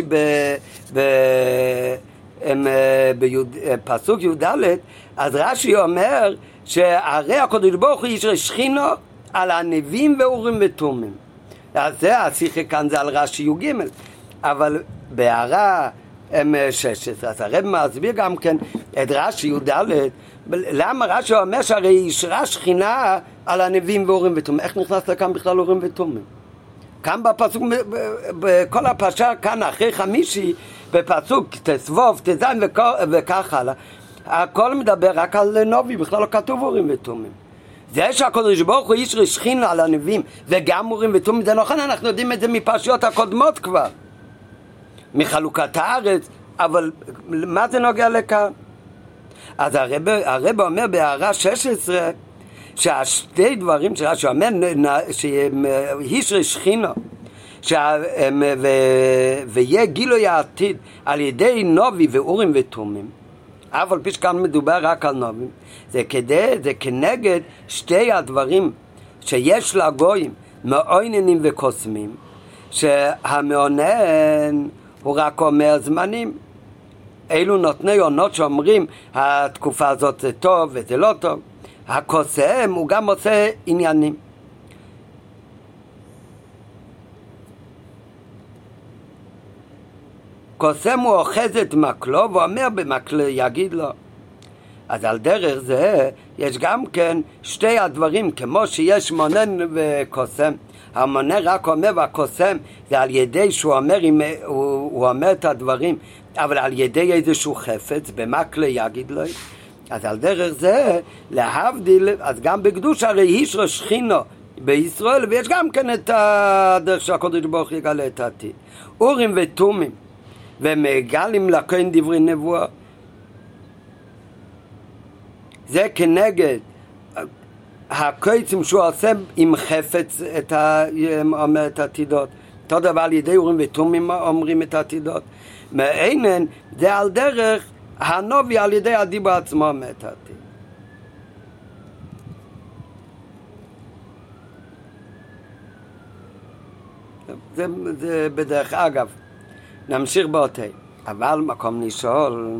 Speaker 1: בפסוק י"ד, אז רש"י אומר שהרי הקודש ברוך הוא יש שכינו על הנביאים ואורים ותומים. אז זה השיחה כאן זה על רש"י י"ג, אבל בהערה שש עשרה, אז הרב מסביר גם כן את רש"י י"ד, למה רש"י אומר שהרי ישרה שכינה על הנביאים ואורים ותומים. איך נכנס לכאן בכלל אורים ותומים? כאן בפסוק, בכל הפרשה כאן אחרי חמישי, בפסוק תסבוב, תזין וכך הלאה, הכל מדבר רק על נובי, בכלל לא כתוב אורים ותומים. זה שהקדוש ברוך הוא ישרה שכינה על הנביאים וגם אורים ותומים, זה נכון, אנחנו יודעים את זה מפרשיות הקודמות כבר, מחלוקת הארץ, אבל מה זה נוגע לכאן? אז הרב, הרב אומר בהערה שש עשרה שהשתי דברים שרש"י אומר שישרה שכינה ויהיה גילוי העתיד על ידי נובי ואורים ותומים, אף על פי שכאן מדובר רק על נובים, זה כדי, זה כנגד שתי הדברים שיש לגויים מעוננים וקוסמים, שהמעונן הוא רק אומר זמנים, אלו נותני עונות שאומרים התקופה הזאת זה טוב וזה לא טוב. הקוסם הוא גם עושה עניינים. קוסם הוא אוחז את מקלו ואומר במקלו יגיד לו. אז על דרך זה יש גם כן שתי הדברים, כמו שיש מונן וקוסם. המונה רק אומר והקוסם זה על ידי שהוא אומר, הוא, הוא אומר את הדברים, אבל על ידי איזשהו חפץ במקלה יגיד לו. אז על דרך זה להבדיל, אז גם בקדוש הרי ישרה שכינה בישראל, ויש גם כן את הדרך שהקדוש ברוך הוא יגלה את העתיד. אורים ותומים ומגלים לכהן דברי נבואה, זה כנגד הקויצים שהוא עושה עם חפץ את, ה... אומר את העתידות. אותו דבר על ידי אורים ותומים אומרים את העתידות. מעינן זה על דרך הנובי על ידי הדיבור עצמו אומר את העתיד. זה, זה בדרך אגב. נמשיך באותי. אבל מקום לשאול,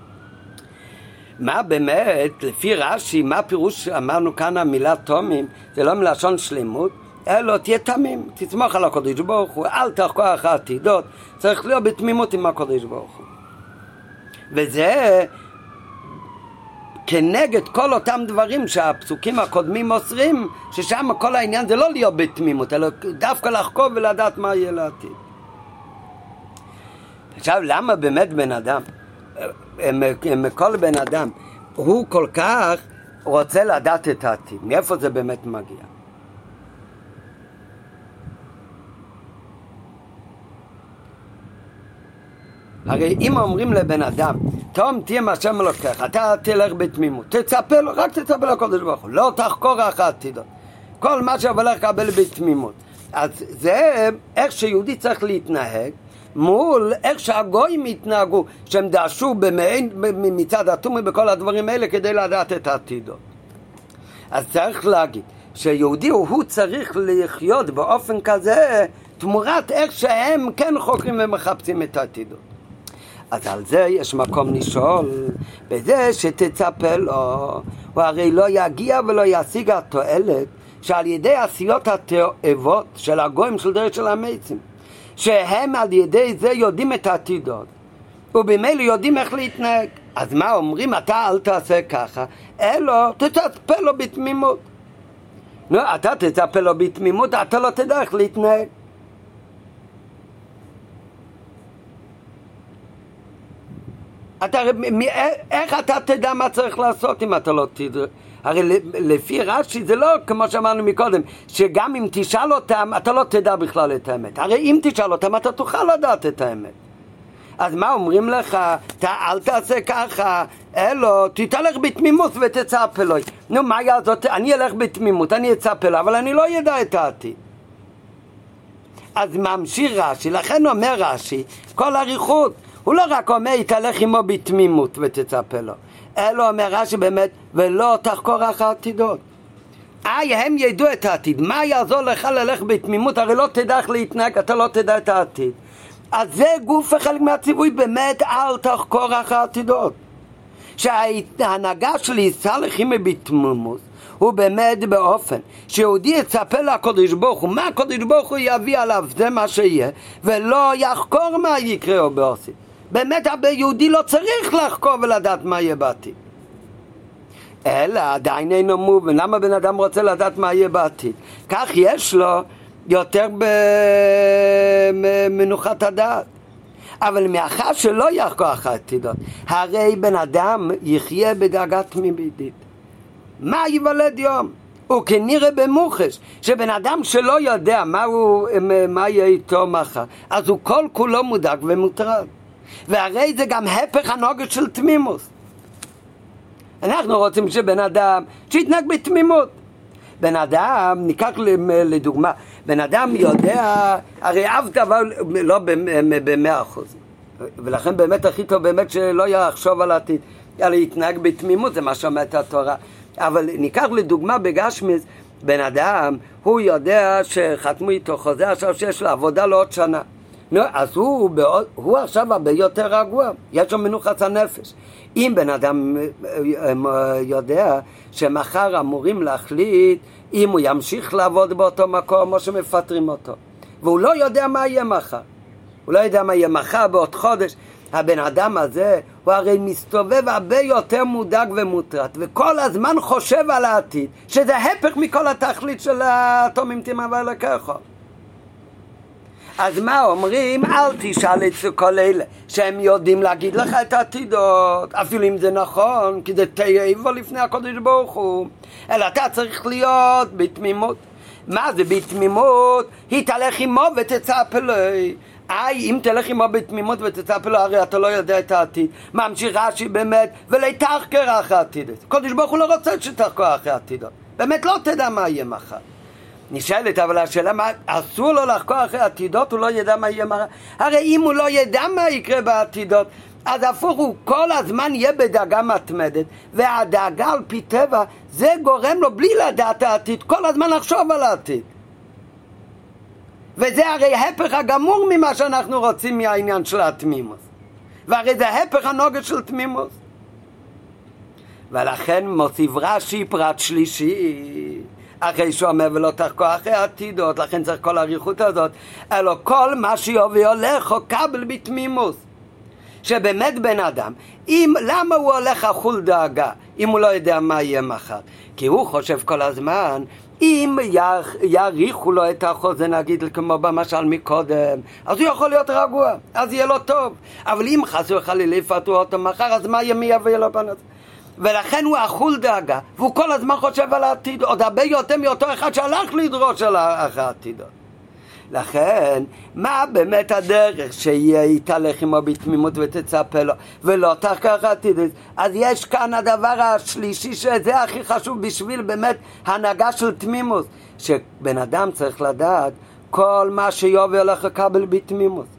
Speaker 1: מה באמת, לפי רש"י, מה פירוש, אמרנו כאן המילה תומים, זה לא מלשון שלמות, אלא תהיה תמים, תצמוך על הקדוש ברוך הוא, אל תחקור אחר העתידות, צריך להיות בתמימות עם הקדוש ברוך הוא. וזה כנגד כל אותם דברים שהפסוקים הקודמים מוסרים, ששם כל העניין זה לא להיות בתמימות, אלא דווקא לחקור ולדעת מה יהיה לעתיד. עכשיו, למה באמת בן אדם, כל בן אדם, הוא כל כך רוצה לדעת את העתיד? מאיפה זה באמת מגיע? הרי אם אומרים לבן אדם, תום תהיה מהשם אלוקיך, אתה תלך בתמימות, תצפה לו, רק תצפה לו הקדוש ברוך הוא, לא תחקור אחר העתידות, כל מה שהולך לקבל בתמימות. אז זה איך שיהודי צריך להתנהג, מול איך שהגויים התנהגו, שהם דרשו במעין, מצד התומי בכל הדברים האלה כדי לדעת את העתידות. אז צריך להגיד שיהודי הוא צריך לחיות באופן כזה תמורת איך שהם כן חוקרים ומחפשים את העתידות. אז על זה יש מקום לשאול, בזה שתצפה לו, הוא הרי לא יגיע ולא ישיג התועלת שעל ידי עשיות התאבות של הגויים של דרך של המייצים, שהם על ידי זה יודעים את העתידות ובמילא יודעים איך להתנהג. אז מה אומרים? אתה אל תעשה ככה, אלו תצפה לו בתמימות. נו, אתה תצפה לו בתמימות, אתה לא תדע איך להתנהג. אתה, איך אתה תדע מה צריך לעשות אם אתה לא תדע? הרי לפי רש"י זה לא כמו שאמרנו מקודם, שגם אם תשאל אותם אתה לא תדע בכלל את האמת. הרי אם תשאל אותם אתה תוכל לדעת את האמת. אז מה אומרים לך? אתה אל תעשה ככה, אלו תתהלך בתמימות ותצפה לו. נו, מה יעזור? אני אלך בתמימות, אני אצפה לו, אבל אני לא ידע את העתיד. אז ממשיך רש"י, לכן אומר רש"י כל אריכות, הוא לא רק אומר יתהלך עמו בתמימות ותצפה לו, אלו אומר רש"י באמת, ולא תחקור אחר העתידות. איי, הם ידעו את העתיד, מה יעזור לך ללך בתמימות? הרי לא תדע איך להתנהג, אתה לא תדע את העתיד. אז זה גוף וחלק מהציווי, באמת אל תחקור אחר העתידות. שההנהגה שלי יתהלך עמו בתמימות הוא באמת באופן שיהודי יצפה לקדוש ברוך הוא, מה הקדוש ברוך הוא יביא עליו, זה מה שיהיה, ולא יחקור מה יקרה או בעתיד. באמת יהודי לא צריך לחקור ולדעת מה יהיה בעתיד, אלא עדיין אינו מובן. למה בן אדם רוצה לדעת מה יהיה בעתיד? כך יש לו יותר במנוחת הדעת. אבל מאחר שלא יחקור אחר העתידות, הרי בן אדם יחיה בדאגה תמידית. מה ייוולד יום? וכנראה במוחש שבן אדם שלא יודע מה, הוא, מה יהיה איתו מחר, אז הוא כל כולו מודאג ומוטרד. והרי זה גם הפך הנוגע של תמימות. אנחנו רוצים שבן אדם שיתנהג בתמימות. בן אדם, ניקח לדוגמה, בן אדם יודע, הרי אהבת אבל לא במאה אחוז, ולכן באמת הכי טוב באמת שלא יחשוב על העתיד, אלא יתנהג בתמימות, זה מה שאומרת התורה. אבל ניקח לדוגמה בגשמיס, בן אדם, הוא יודע שחתמו איתו חוזה עכשיו שיש לו עבודה לעוד שנה. נו, אז הוא, הוא עכשיו הרבה יותר רגוע, יש לו מנוחת הנפש. אם בן אדם יודע שמחר אמורים להחליט אם הוא ימשיך לעבוד באותו מקום או שמפטרים אותו, והוא לא יודע מה יהיה מחר, הוא לא יודע מה יהיה מחר בעוד חודש, הבן אדם הזה הוא הרי מסתובב הרבה יותר מודאג ומוטרד, וכל הזמן חושב על העתיד, שזה הפך מכל התכלית של התומים תימה ואלוקיך. אז מה אומרים? אל תשאל את כל אלה שהם יודעים להגיד לך את העתידות, אפילו אם זה נכון, כי זה תאיבו לפני הקדוש ברוך הוא, אלא אתה צריך להיות בתמימות. מה זה בתמימות? היא תלך עמו ותצפה לו. איי, אם תלך עמו בתמימות ותצפה לו, הרי אתה לא יודע את העתיד. ממשיך רש"י באמת, ולתחקר אחרי העתיד. הקדוש ברוך הוא לא רוצה שתחקור אחרי העתידות, באמת לא תדע מה יהיה מחר. נשאלת אבל השאלה, מה, אסור לו לחקור אחרי העתידות? הוא לא ידע מה יהיה מחר. הרי אם הוא לא ידע מה יקרה בעתידות, אז הפוך הוא כל הזמן יהיה בדאגה מתמדת, והדאגה על פי טבע זה גורם לו בלי לדעת העתיד כל הזמן לחשוב על העתיד, וזה הרי הפך הגמור ממה שאנחנו רוצים מהעניין של התמימות, והרי זה הפך הנוגע של תמימות. ולכן מוסיף רש"י פרט שלישי אחרי שאומר ולא תחקור אחרי העתידות, לכן צריך כל האריכות הזאת, אלא כל מה שיוביל הולך או קבל בתמימות. שבאמת בן אדם, אם, למה הוא הולך אכול דאגה אם הוא לא יודע מה יהיה מחר? כי הוא חושב כל הזמן, אם יאריכו לו את החוזה, נגיד כמו במשל מקודם, אז הוא יכול להיות רגוע, אז יהיה לו טוב. אבל אם חס וחלילה יפטרו אותו מחר, אז מה יהיה יביא לו בנזה? ולכן הוא אכול דאגה, והוא כל הזמן חושב על העתיד, עוד הרבה יותר מאותו אחד שהלך לדרוש על העתידות. לכן, מה באמת הדרך שיתהלך עמו בתמימות ותצפה לו ולא תחקור העתיד? אז יש כאן הדבר השלישי, שזה הכי חשוב בשביל באמת הנהגה של תמימות, שבן אדם צריך לדעת כל מה שיוביל הולך לקבל בתמימות.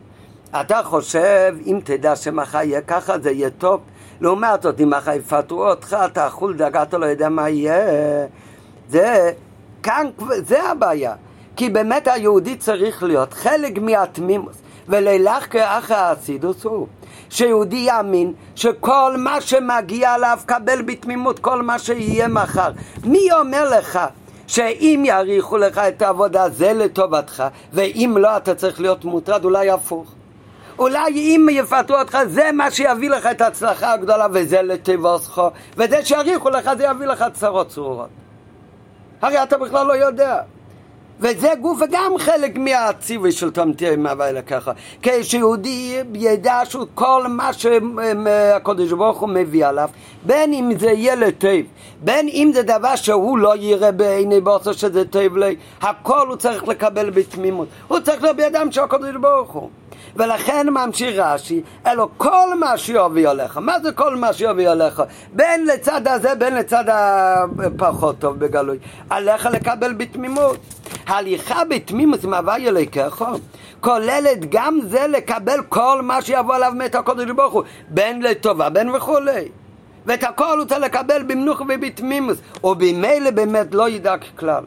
Speaker 1: אתה חושב, אם תדע שמחר יהיה ככה, זה יהיה טוב. לעומת זאת, אם מחר יפטרו אותך, אתה אכול דאגה, אתה לא יודע מה יהיה. זה, כאן, זה הבעיה. כי באמת היהודי צריך להיות חלק מהתמימוס, ולילך כאח האסידוס הוא, שיהודי יאמין שכל מה שמגיע עליו קבל בתמימות, כל מה שיהיה מחר. מי אומר לך שאם יעריכו לך את העבודה זה לטובתך, ואם לא אתה צריך להיות מוטרד? אולי הפוך. אולי אם יפטרו אותך זה מה שיביא לך את ההצלחה הגדולה, וזה לטובתך, וזה שיעריכו לך זה יביא לך צרות צרורות. הרי אתה בכלל לא יודע. וזה גוף וגם חלק מהציווי של תמתי מהווה ככה. כשיהודי ידע שכל מה שהקדוש ברוך הוא מביא עליו, בין אם זה יהיה לטוב, בין אם זה דבר שהוא לא יראה בעיני בוסו שזה טוב לי, הכל הוא צריך לקבל בתמימות. הוא צריך להיות בידם של הקדוש ברוך הוא. ולכן ממשיך רש"י, אלו כל מה שיביא עליך. מה זה כל מה שיביא עליך? בין לצד הזה, בין לצד הפחות טוב בגלוי. עליך לקבל בתמימות. הליכה בתמימות מהווה אלוהיך כוללת גם זה לקבל כל מה שיבוא עליו מאת הקדוש ברוך הוא, בין לטובה, בין וכולי. ואת הכל הוא צריך לקבל במנוחה ובתמימות, ובמילא באמת לא ידאג כלל.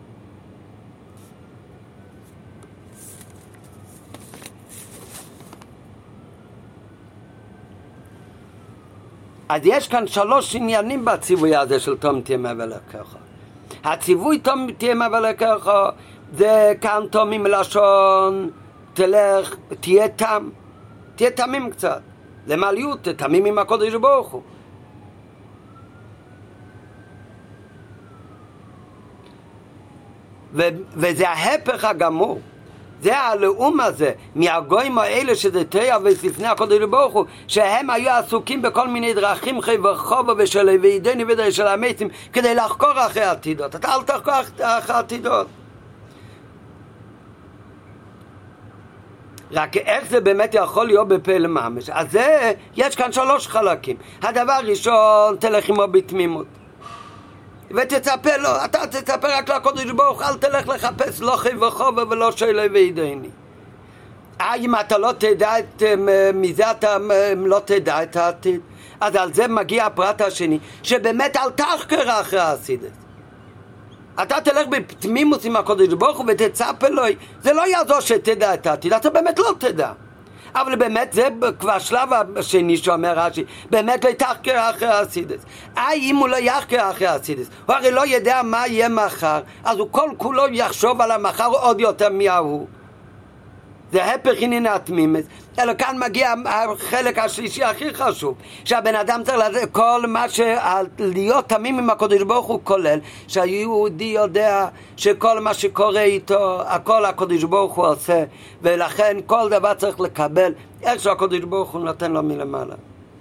Speaker 1: אז יש כאן שלוש עניינים בציווי הזה של תום תהיה מהווה אלוהיך. הציווי תום תהיה מהווה אלוהיך זה כאן תומים מלשון תלך, תהיה תם, תהיה תמים קצת, למעליות, תמים עם הקודש ברוך הוא. ו- וזה ההפך הגמור, זה הלאום הזה מהגויים האלה שזה תהיה ולפני הקודש ברוך הוא, שהם היו עסוקים בכל מיני דרכים חי וחובה ושל וידני ודאי של המתים כדי לחקור אחרי העתידות. אתה אל תחקור אחרי העתידות, רק איך זה באמת יכול להיות בפעל ממש. אז זה, יש כאן שלוש חלקים. הדבר ראשון, תלך עמו בתמימות ותצפה לו, אתה תצפה רק לקודש ברוך, אל תלך לחפש לא חי וחובה ולא שלי וידני. אם אתה לא תדע את מזה, אתה לא תדע את העתיד. אז על זה מגיע הפרט השני, שבאמת אל תחקר אחרי העתיד. אתה תלך בתמימות עם הקודש ברוך הוא ותצפה לו. זה לא יעזור שתדע את העתיד, אתה באמת לא תדע. אבל באמת זה כבר שלב השני שאומר רש"י, באמת לא יתחקר אחרי האסידס. אם הוא לא יחקר אחרי האסידס, הוא הרי לא יודע מה יהיה מחר, אז הוא כל כולו יחשוב על המחר עוד יותר מההוא. זה הפך עניין התמימות. אלא כאן מגיע החלק השלישי הכי חשוב, שהבן אדם צריך לדעת כל מה שלהיות תמים עם הקדוש ברוך הוא כולל, שהיהודי יודע שכל מה שקורה איתו הכל הקדוש ברוך הוא עושה, ולכן כל דבר צריך לקבל איך שהקדוש ברוך הוא נותן לו מלמעלה,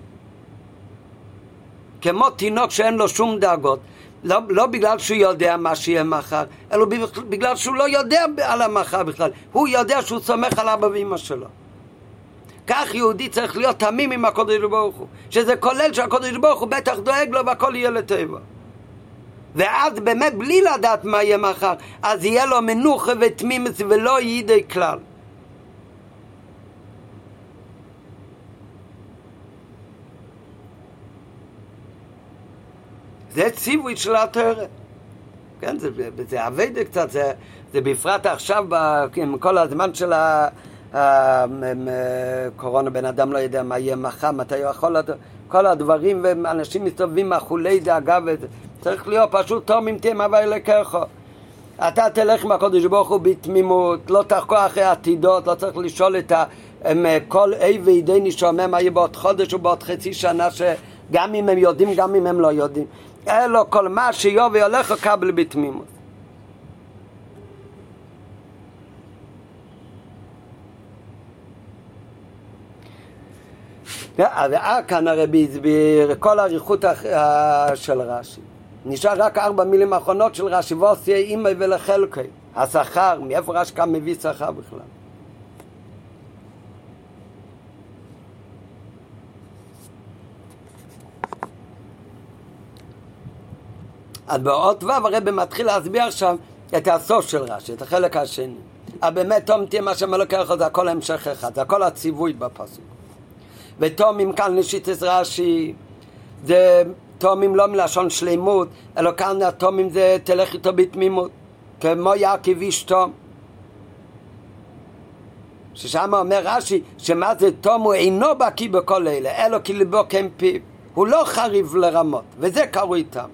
Speaker 1: כמו תינוק שאין לו שום דאגות, לא, לא בגלל שהוא יודע מה שיהיה מחר, אלא בגלל שהוא לא יודע על המחר בכלל, הוא יודע שהוא סומך על אבא ואמא שלו. כך יהודי צריך להיות תמים עם הקדוש ברוך הוא, שזה כולל שהקדוש ברוך הוא בטח דואג לו והכל יהיה לטבע. ואז באמת בלי לדעת מה יהיה מחר, אז יהיה לו מנוחה ותמימות ולא יידי כלל. זה ציווי של התורה. כן, זה, זה עבד קצת, זה, זה בפרט עכשיו, עם כל הזמן של הקורונה, בן אדם לא יודע מה יהיה מחר, מתי הוא יכול, כל הדברים, ואנשים מסתובבים מאכולי דאגה, וזה צריך להיות פשוט תום אם תהיה מהווה אלוהיך. אתה תלך עם הקדוש ברוך הוא בתמימות, לא תחקור אחרי עתידות, לא צריך לשאול את כל אי וידני שאומר מה יהיה בעוד חודש או בעוד חצי שנה, שגם אם הם יודעים, גם אם הם לא יודעים. אלו כל מה שיובי הולך לקבל בתמימות. אז כאן הרבי הסביר כל האריכות של רש"י. נשאר רק ארבע מילים האחרונות של רש"י, ועושה אימי ולחלקי. השכר, מאיפה רש"י כאן מביא שכר בכלל? אז באות ו' הרבי מתחיל להסביר עכשיו את הסוף של רש"י, את החלק השני. אבל באמת תום תהיה מה שמלוקח זה הכל המשך אחד, זה הכל הציווי בפסוק. ותומים כאן לשיטת רש"י זה תומים לא מלשון שלימות, אלא כאן התומים זה תלך איתו בתמימות, כמו יעקב איש תום. ששם אומר רש"י שמה זה תום, הוא אינו בקיא בכל אלה, אלו כי ליבו כן פיו, הוא לא חריב לרמות, וזה קרוי תם.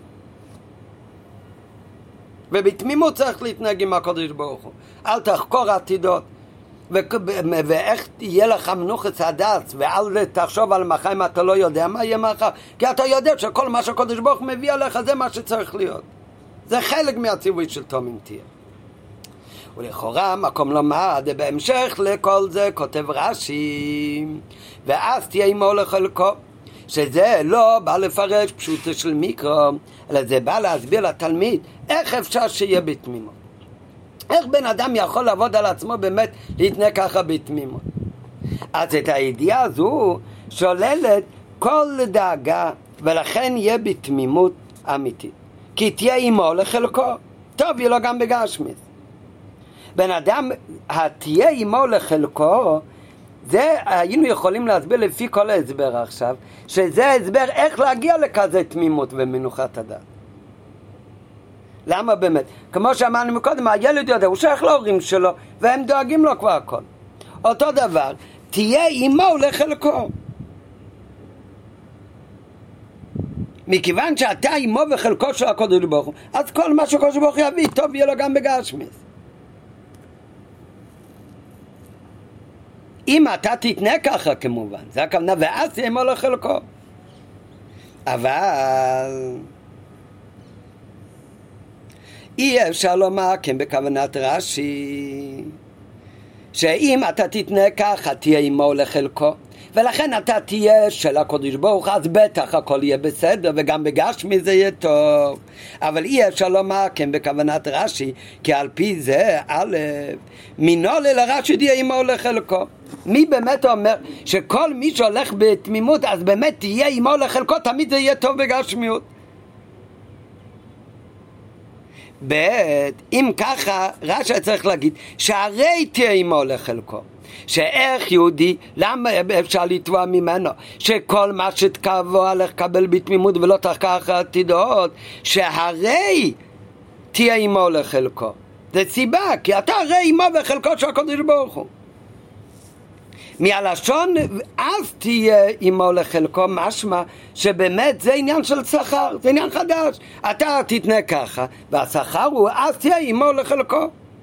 Speaker 1: ובתמימות צריך להתנהג עם הקדוש ברוך הוא, אל תחקור עתידות, ו- ואיך יהיה לך מנוחת הדעת, ואל תחשוב על מחר אם אתה לא יודע מה יהיה מחר, כי אתה יודע שכל מה שהקדוש ברוך הוא מביא עליך זה מה שצריך להיות, זה חלק מהציווי של תומים תהיה. ולכאורה מקום לומר, בהמשך לכל זה כותב רש"י, ואז תהיה עמו לחלקו, שזה לא בא לפרש פשוטו של מיקרו, אלא זה בא להסביר לתלמיד איך אפשר שיהיה בתמימות. איך בן אדם יכול לעבוד על עצמו באמת להתנהג ככה בתמימות. אז את הידיעה הזו שוללת כל דאגה, ולכן יהיה בתמימות אמיתית. כי תהיה עמו לחלקו, טוב יהיה לו גם בגשמית. בן אדם, התהיה עמו לחלקו, זה היינו יכולים להסביר לפי כל ההסבר עכשיו, שזה ההסבר איך להגיע לכזה תמימות ומנוחת הדעת. למה באמת? כמו שאמרנו מקודם, הילד יודע, הוא שייך להורים שלו, והם דואגים לו כבר הכל. אותו דבר, תהיה עמו לחלקו. מכיוון שאתה עמו וחלקו של הקדוש ברוך הוא, אז כל מה שהקדוש ברוך הוא יביא, טוב יהיה לו גם בגשמית. אם אתה תתנה ככה כמובן, זה הכוונה, ואז תהיה עמו לחלקו. אבל אי אפשר לומר כן בכוונת רש"י, שאם אתה תתנה ככה תהיה עמו לחלקו, ולכן אתה תהיה של הקדוש ברוך הוא, אז בטח הכל יהיה בסדר, וגם בגשמי זה יהיה טוב. אבל אי אפשר לומר כן בכוונת רש"י, כי על פי זה א' מינו לרש"י תהיה עמו לחלקו. מי באמת אומר שכל מי שהולך בתמימות אז באמת תהיה עמו לחלקו, תמיד זה יהיה טוב בגשמיות. ב' אם ככה רש"י צריך להגיד שהרי תהיה עמו לחלקו, שאיך יהודי, למה אפשר לתבוע ממנו שכל מה שתקבוע לך קבל בתמימות ולא תחקר אחרי עתידות, שהרי תהיה עמו לחלקו. זה סיבה, כי אתה הרי עמו וחלקו של הקדוש ברוך הוא. מהלשון אז תהיה עמו לחלקו, משמע שבאמת זה עניין של שכר, זה עניין חדש. אתה תתנה ככה והשכר הוא אז תהיה עמו לחלקו.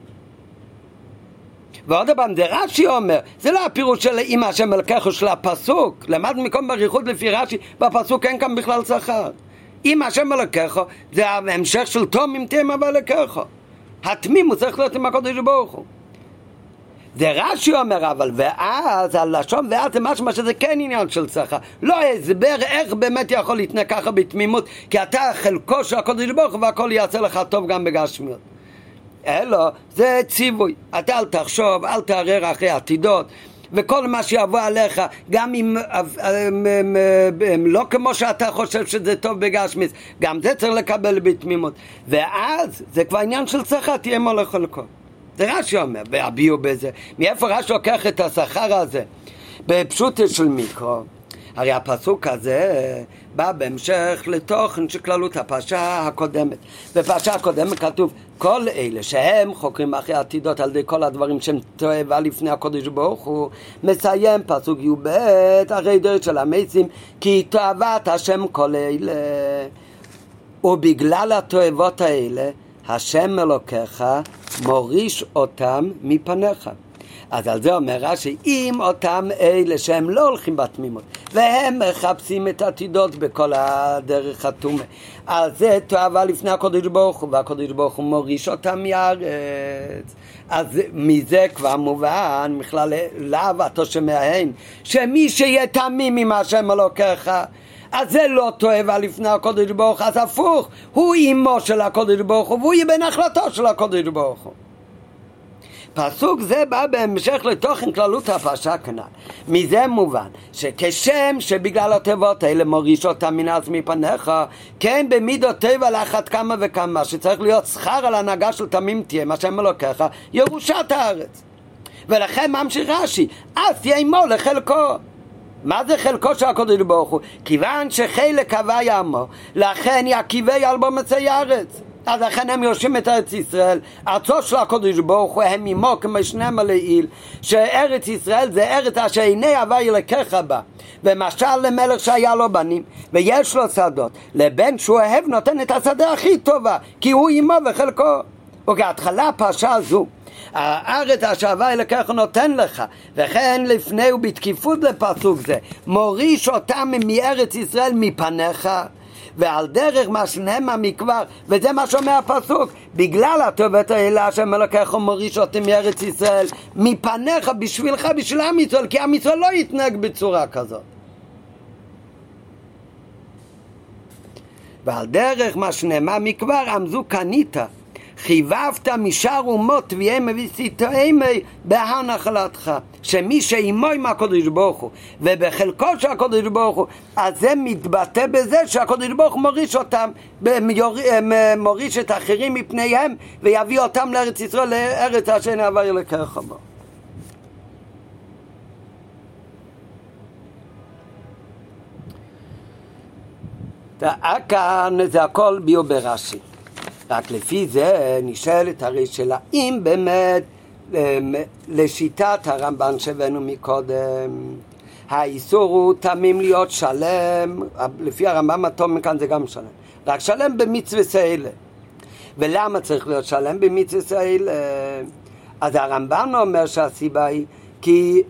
Speaker 1: ועוד פעם זה רש"י אומר, זה לא הפירוש של אם השם אלוקיך של הפסוק, למד מקום בריחות לפי רש"י, בפסוק אין כאן בכלל שכר. אם השם אלוקיך זה ההמשך של תומים תהיה עמו אלוקיך, התמימות צריך להיות עם הקדוש ברוך הוא. זה רש"י אומר, אבל ואז הלשון ואז זה משמע שזה כן עניין של שכר, לא הסבר איך באמת יכול להתנהג ככה בתמימות, כי אתה חלקו של הקדוש ברוך הוא והכל יעשה לך טוב גם בגשמיות. אלו זה ציווי, אתה אל תחשוב, אל תערער אחרי עתידות, וכל מה שיבוא עליך, גם אם לא כמו שאתה חושב שזה טוב בגשמית, גם זה צריך לקבל בתמימות, ואז זה כבר עניין של שכר, תהיה עמו לחלקו. זה רש"י אומר, והביאו בזה. מאיפה רש"י לוקח את השכר הזה? בפשוט של מיקרו. הרי הפסוק הזה בא בהמשך לתוכן של כללות הפרשה הקודמת. בפרשה הקודמת כתוב, כל אלה שהם חוקרים אחרי עתידות על ידי כל הדברים שהם תועבה לפני הקודש ברוך הוא, מסיים פסוק י"ב, הרי דרך של המסים, כי תועבת השם כל אלה, ובגלל התועבות האלה, השם אלוקיך מוריש אותם מפניך. אז על זה אומר רש"י, אם אותם אלה שהם לא הולכים בתמימות והם מחפשים את עתידות בכל הדרך התומה, אז זה תועבה לפני הקדוש ברוך הוא, והקדוש ברוך הוא מוריש אותם מארץ. אז מזה כבר מובן בכלל לאהבתו שמהם, שמי שיהיה תמים עם השם אלוקיך, אז זה לא תועבה לפני הקדוש ברוך הוא, אז הפוך, הוא אימו של הקדוש ברוך הוא והוא יהיה בנחלתו של הקדוש ברוך הוא. פסוק זה בא בהמשך לתוכן כללות הפרשה כנ"ל. מזה מובן שכשם שבגלל התיבות האלה מוריש אותם מן הארץ מפניך, כן במידות טבע לאחת כמה וכמה שצריך להיות שכר על הנהגה של תמים תהיה מה שהם אלוקיך ירושת הארץ. ולכן ממשיך רש"י, אז תהיה עמו לחלקו. מה זה חלקו של הקדוש ברוך הוא? כיוון שחלק הווה עמו, לכן יקיבי על בו מצי הארץ. אז לכן הם יורשים את ארץ ישראל, ארצו של הקדוש ברוך הוא, הם עמו כמו שנאמר לעיל, שארץ ישראל זה ארץ אשר עיני הווה ילקח בה. ומשל למלך שהיה לו בנים ויש לו שדות, לבן שהוא אוהב נותן את השדה הכי טובה, כי הוא עמו וחלקו. וכהתחלה הפרשה הזו, הארץ אשר הווה ילקח נותן לך, וכן לפני ובתקיפות לפסוק זה, מוריש אותם מארץ ישראל מפניך, ועל דרך מה שנאמר מכבר, וזה מה שאומר הפסוק, בגלל הטובות האלה אשר מלקח ומוריש אותם מארץ ישראל מפניך בשבילך, בשביל עם ישראל, כי עם ישראל לא יתנהג בצורה כזאת. ועל דרך מה שנאמר מכבר, עמזו קנית חיבבת משאר אומות תביעיהם וסיתיהם בהר נחלתך, שמי שעימו עם הקדוש ברוך הוא ובחלקו של הקדוש ברוך הוא, אז זה מתבטא בזה שהקדוש ברוך הוא מוריש אותם, מוריש את האחרים מפניהם ויביא אותם לארץ ישראל, לארץ אשר הווה ילקח בה. כאן זה הכל ביור ברש"י. רק לפי זה נשאלת הרי שאלה, אם באמת לשיטת הרמב"ן שהבאנו מקודם, האיסור הוא תמים להיות שלם, לפי הרמב"ם התום מכאן זה גם שלם, רק שלם במצוות האלה. ולמה צריך להיות שלם במצוות האלה? אז הרמב"ן אומר שהסיבה היא כי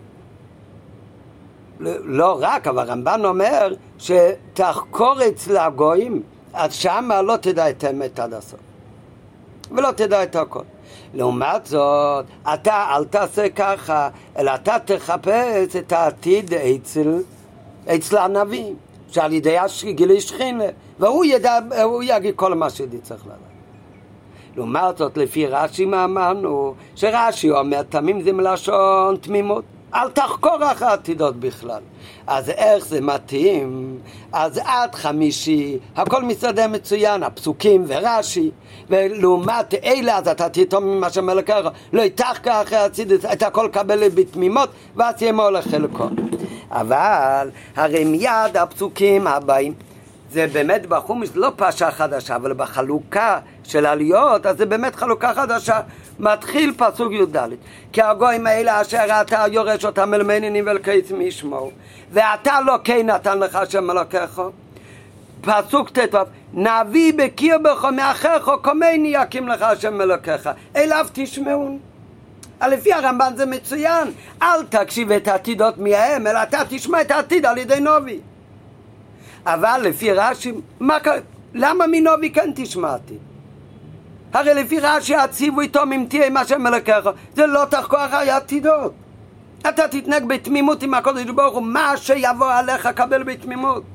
Speaker 1: לא רק, אבל הרמב"ן אומר שתחקור אצל הגויים, אז שמה לא תדע את האמת עד הסוף ולא תדע את הכל. לעומת זאת, אתה אל תעשה ככה, אלא אתה תחפש את העתיד אצל, אצל הנביא, שעל ידי גילוי שכינה, והוא ידע, הוא יגיד כל מה שידי צריך לדעת. לעומת זאת, לפי רש"י מה אמרנו, שרש"י אומר תמים זה מלשון תמימות, אל תחקור אחר העתידות בכלל. אז איך זה מתאים? אז עד חמישי הכל מסתדר מצוין, הפסוקים ורש"י, ולעומת אלה אז אתה תתום ממה שמלקח, לא יתחקר אחרי העתידות, אתה הכל קבל בתמימות ואז יאמר לחלקו. אבל הרי מיד הפסוקים הבאים, זה באמת בחומש לא פרשה חדשה, אבל בחלוקה של עליות, אז זה באמת חלוקה חדשה. מתחיל פסוק י"ד, כי הגויים האלה אשר אתה יורש אותם אל מנינים ואל קיץ משמעו, ואתה לא כן נתן לך השם אלוקיך. פסוק ט"ו, נביא בקיר בך מאחיך כמני יקים לך השם אלוקיך, אליו תשמעון. לפי הרמב"ן זה מצוין, אל תקשיב את העתידות מהם, אלא אתה תשמע את העתיד על ידי נביא. אבל לפי רש"י, למה מנביא כן תשמעתי? הרי לפי רש"י הציבו איתו אם תהיה עם השם אלוקיך, זה לא תחקור אחרי העתידות. אתה תתנהג בתמימות עם הקדוש ברוך הוא, מה שיבוא עליך קבל בתמימות.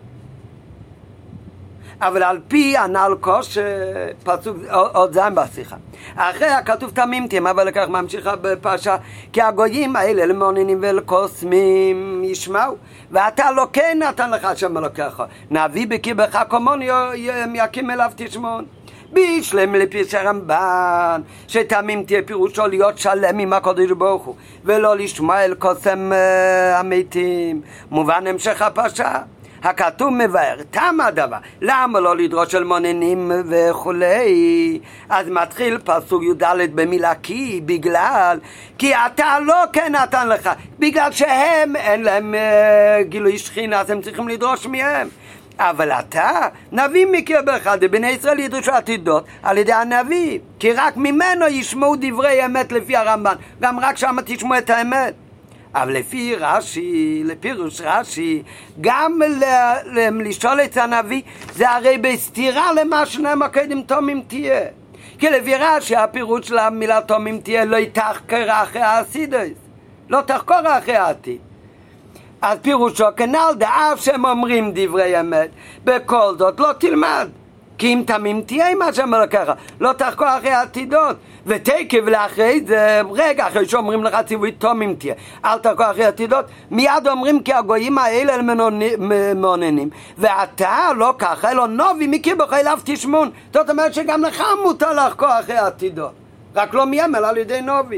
Speaker 1: אבל על פי הנ"ל כוש פסוק עוד זין בשיחה, אחרי הכתוב תמים תהיה, אבל לכך ממשיכה בפרשה, כי הגויים האלה למוננים ולקוסמים ישמעו, ואתה לא כן נתן לך השם אלוקיך, נביא בקרבך כמוני יקים אליו תשמעון. בישלם לפי הרמב"ן שתמים תהיה פירושו להיות שלם עם הקדוש ברוך הוא ולא לשמוע אל קוסם המתים. מובן המשך הפרשה, הכתוב מבאר תם הדבר, למה לא לדרוש אל מוננים וכולי. אז מתחיל פסוק י"ד במילה כי, בגלל כי אתה לא כן נתן לך, בגלל שהם אין להם uh, גילוי שכינה, אז הם צריכים לדרוש מהם. אבל אתה נביא מקרבך, בני ישראל ידרשו עתידות על ידי הנביא, כי רק ממנו ישמעו דברי אמת לפי הרמב"ן, גם רק שם תשמעו את האמת. אבל לפי רש"י, לפירוש רש"י, גם לשאול את הנביא זה הרי בסתירה למה שנאמר קודם תמים תהיה. כי לפי רש"י הפירוש של המילה תמים תהיה לא תחקור אחרי העתיד, לא תחקור אחרי העתיד. אז פירושו כנ"ל דאף שהם אומרים דברי אמת, בכל זאת לא תלמד. כי אם תמים תהיה עם השם אלוקיך, לא תחקור אחרי העתידות. ותקב לאחרי זה, רגע, אחרי שאומרים לך ציווי תמים תהיה, אל תחקור אחרי העתידות, מיד אומרים כי הגויים האלה הם מעוננים, ואתה לא ככה, אלא נובי מכיר בך אליו תשמון. זאת אומרת שגם לך מותר לחקור אחרי העתידות, רק לא מיים אלא על ידי נובי.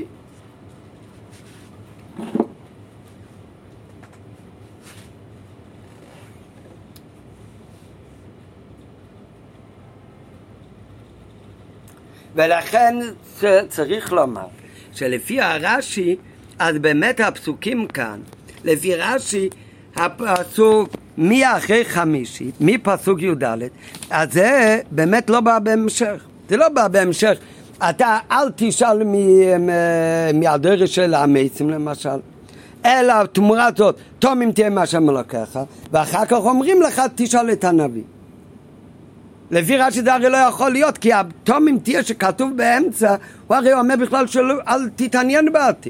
Speaker 1: ולכן צריך לומר שלפי הרש"י, אז באמת הפסוקים כאן, לפי רש"י, הפסוק מי אחרי חמישי, מפסוק י"ד, אז זה באמת לא בא בהמשך. זה לא בא בהמשך. אתה אל תשאל מהדרך של המייסים למשל, אלא תמורת זאת, תומים תהיה מה שמלוקח, ואחר כך אומרים לך, תשאל את הנביא. לפי רש"י זה הרי לא יכול להיות, כי התומים תהיה שכתוב באמצע, הוא הרי אומר בכלל שלא, אל תתעניין בעתיד.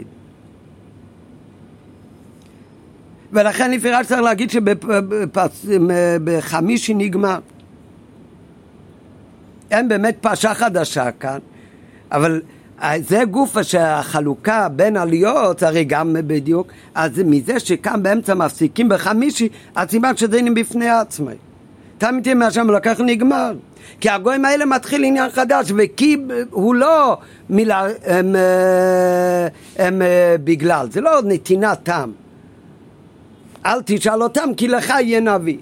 Speaker 1: ולכן לפי רש"י צריך להגיד שבחמישי נגמר. אין באמת פרשה חדשה כאן, אבל זה גוף שהחלוקה בין עליות, הרי גם בדיוק, אז מזה שכאן באמצע מפסיקים בחמישי, הסימן שזה עניין בפני עצמי. תמיד תהיה מהשם לקח נגמר, כי הגויים האלה מתחיל עניין חדש, וכי הוא לא מילה הם, הם, בגלל, זה לא נתינת טעם. אל תשאל אותם כי לך יהיה נביא,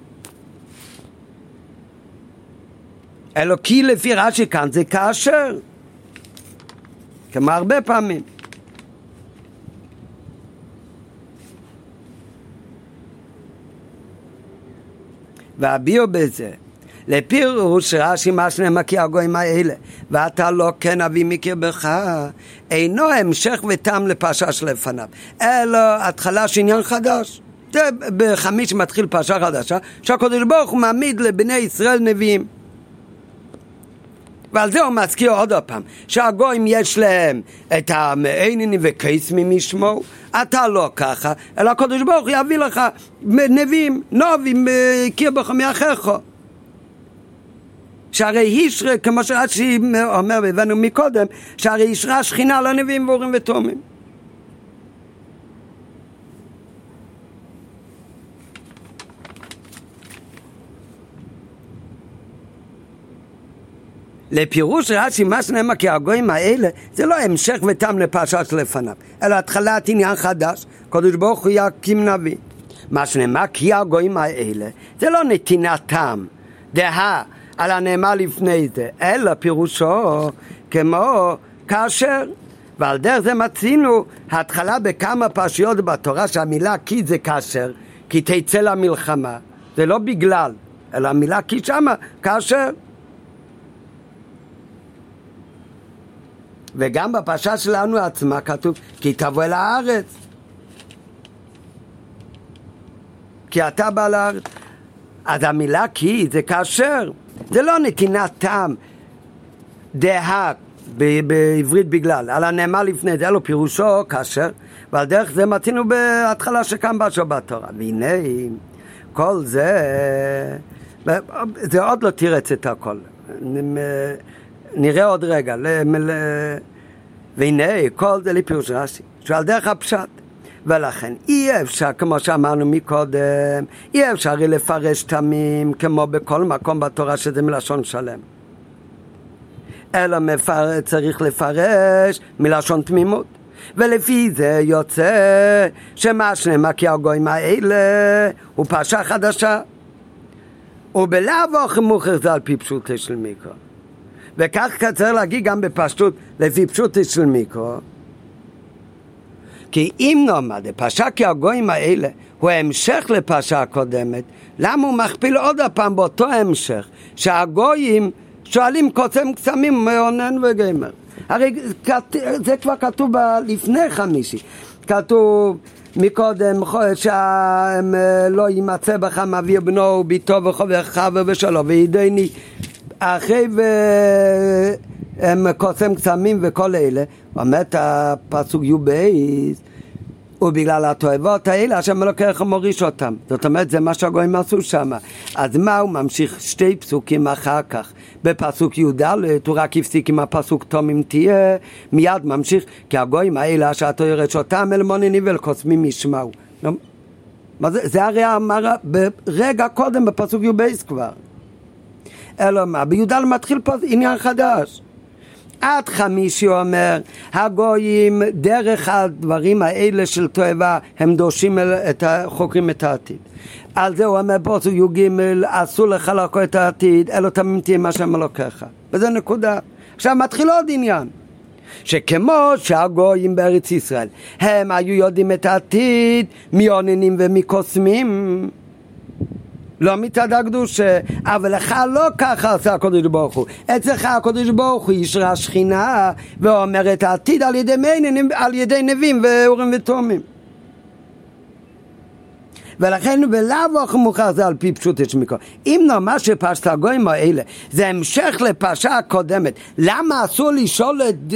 Speaker 1: אלא כי לפי רש"י כאן זה כאשר, כמו הרבה פעמים. והביאו בזה לפירוש רש"י מה שנאמר כי הגויים האלה ואתה לא כן אבי מכיר בך, אינו המשך וטעם לפרשה שלפניו, אלא התחלה של עניין חדש. זה בחמישי מתחיל פרשה חדשה שהקדוש ברוך הוא מעמיד לבני ישראל נביאים, ועל זה הוא מזכיר עוד פעם שהגויים יש להם את המעיינים וקייסמים ישמעו, אתה לא ככה, אלא הקדוש ברוך הוא יביא לך נביאים, נובים, מכיר בך מאחיך, שהרי ישרה, כמו שרש"י אומר והבנו מקודם, שהרי ישרה שכינה לנביאים ואורים ותומים. לפירוש רש"י מה שנאמר כי הגויים האלה זה לא המשך וטעם לפרשה שלפניו, אלא התחלת עניין חדש, הקדוש ברוך הוא יקים נביא. מה שנאמר כי הגויים האלה זה לא נתינת טעם דהה על הנאמר לפני זה, אלא פירושו כמו כאשר, ועל דרך זה מצינו התחלה בכמה פרשיות בתורה שהמילה כי זה כאשר, כי תצא למלחמה, זה לא בגלל, אלא המילה כי שמה כאשר. וגם בפרשה שלנו עצמה כתוב כי תבוא אל הארץ, כי אתה בא לארץ. אז המילה כי זה כאשר, זה לא נתינת טעם דהה בעברית בגלל, על הנאמר לפני זה, אלו פירושו כאשר, ועל דרך זה מצינו בהתחלה שכאן בשו בתורה. והנה כל זה זה עוד לא תירץ את הכל, נראה עוד רגע. והנה כל זה לפירוש רש"י שעל דרך הפשט, ולכן אי אפשר, כמו שאמרנו מקודם, אי אפשר לפרש תמים כמו בכל מקום בתורה שזה מלשון שלם, אלא מפר... צריך לפרש מלשון תמימות. ולפי זה יוצא שמה שנאמר כי הגויים האלה הוא פרשה חדשה, ובלאו הכי מאוחר זה על פי פשוטו של מיקרו, וכך צריך להגיד גם בפשטות לפי פשוטו של מיקרו. כי אם נאמר פרשה כי הגויים האלה הוא המשך לפרשה הקודמת, למה הוא מכפיל עוד הפעם באותו המשך שהגויים שואלים קוסם קסמים מעונן וגמר? הרי זה כבר כתוב לפני חמישי, כתוב מקודם שלא יימצא בך מביא בנו וביתו וחברך ובשלו וידני, אחרי והם קוסם קסמים וכל אלה, אומרת הפסוק יובייס ובגלל התועבות האלה השם אלוקיך מוריש אותם. זאת אומרת, זה מה שהגויים עשו שם. אז מה הוא ממשיך שתי פסוקים אחר כך? בפסוק י"ד הוא רק הפסיק עם הפסוק תומים תהיה, מיד ממשיך, כי הגויים האלה שאתה ירש אותם אל מוננים ואל קוסמים ישמעו. מה זה? זה הרי אמר ברגע קודם בפסוק י"ב כבר. אלא מה? בי"ד מתחיל פה עניין חדש. עד חמישי אומר, הגויים דרך הדברים האלה של תועבה הם דורשים את החוקרים את העתיד. על זה הוא אומר פסוק י"ג, אסור לך לחקור את העתיד, אלא תמים תהיה מה שם אלוקיך. וזה נקודה. עכשיו מתחיל עוד עניין, שכמו שהגויים בארץ ישראל הם היו יודעים את העתיד מיוננים ומקוסמים, לא מצד הקדושה, אבל לך לא ככה עשה הקדוש ברוך הוא. אצלך הקדוש ברוך הוא ישרה שכינה ואומר את העתיד על ידי מינים, על ידי נביאים ואורים ותומים. ולכן בלאו הכי מוכר זה על פי פשוט שמיקו. אם נאמר שפרשת הגויים האלה זה המשך לפרשה הקודמת, למה אסור לשאול את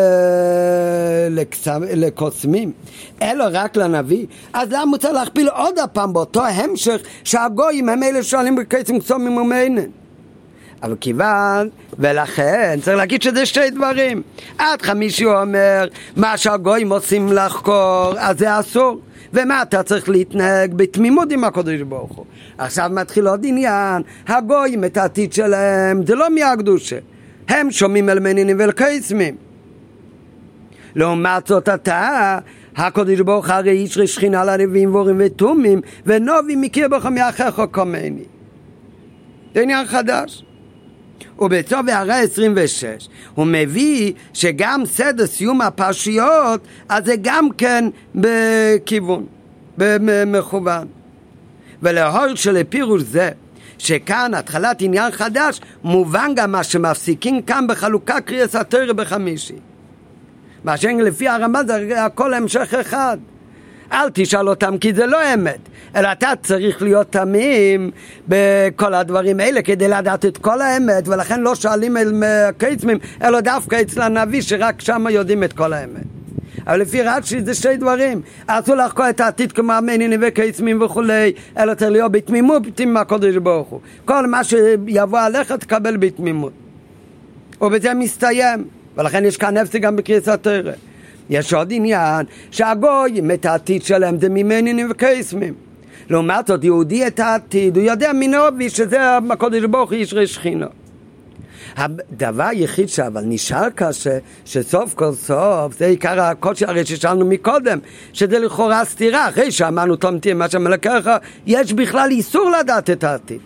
Speaker 1: לקוסמים אלא רק לנביא? אז למה הוא צריך להכפיל עוד הפעם באותו המשך שהגויים הם אלה שואלים בקסמים קסומים ומינן? אבל כיוון, ולכן צריך להגיד שזה שתי דברים. עד חמישי הוא אומר מה שהגויים עושים לחקור אז זה אסור, ומה אתה צריך להתנהג בתמימות עם הקדוש ברוך הוא. עכשיו מתחיל עוד עניין, הגויים את העתיד שלהם זה לא מהקדושה, הם שומעים אל מנינים ואל קסמים. לעומת זאת אתה, הקדוש ברוך הרי ישרה שכינה לנביאים ואורים ותומים, ונובי מכיר בך מאחיך כמני. זה עניין חדש. ובסוף הערה עשרים ושש הוא מביא שגם סדר סיום הפרשיות אז זה גם כן בכיוון במכוון, ולהור שלפירוש זה שכאן התחלת עניין חדש מובן גם מה שמפסיקים כאן בחלוקה קריאת התורה בחמישי, מה שלפי הרמב"ם זה הכל המשך אחד. אל תשאל אותם כי זה לא אמת, אלא אתה צריך להיות תמים בכל הדברים האלה כדי לדעת את כל האמת, ולכן לא שואלים אל קסמים אלא דווקא אצל הנביא שרק שם יודעים את כל האמת. אבל לפי רש"י זה שתי דברים, אסור לחקור את העתיד כמו מנינים וקסמים וכולי, אלא צריך להיות בתמימות עם הקדוש ברוך הוא. כל מה שיבוא עליך תקבל בתמימות, ובזה מסתיים. ולכן יש כאן הפסק גם בקריאת התורה. יש עוד עניין שהגויים את העתיד שלהם זה ממנינים וקסמים. לעומת זאת יהודי את העתיד הוא יודע מנובי שזה הקדוש ברוך הוא ישרה שכינה. הדבר היחיד שאבל נשאר קשה שסוף כל סוף זה עיקר הקושי הרי ששאלנו מקודם, שזה לכאורה סתירה. אחרי שאמרנו תום תהיה מה שמלכך, יש בכלל איסור לדעת את העתיד,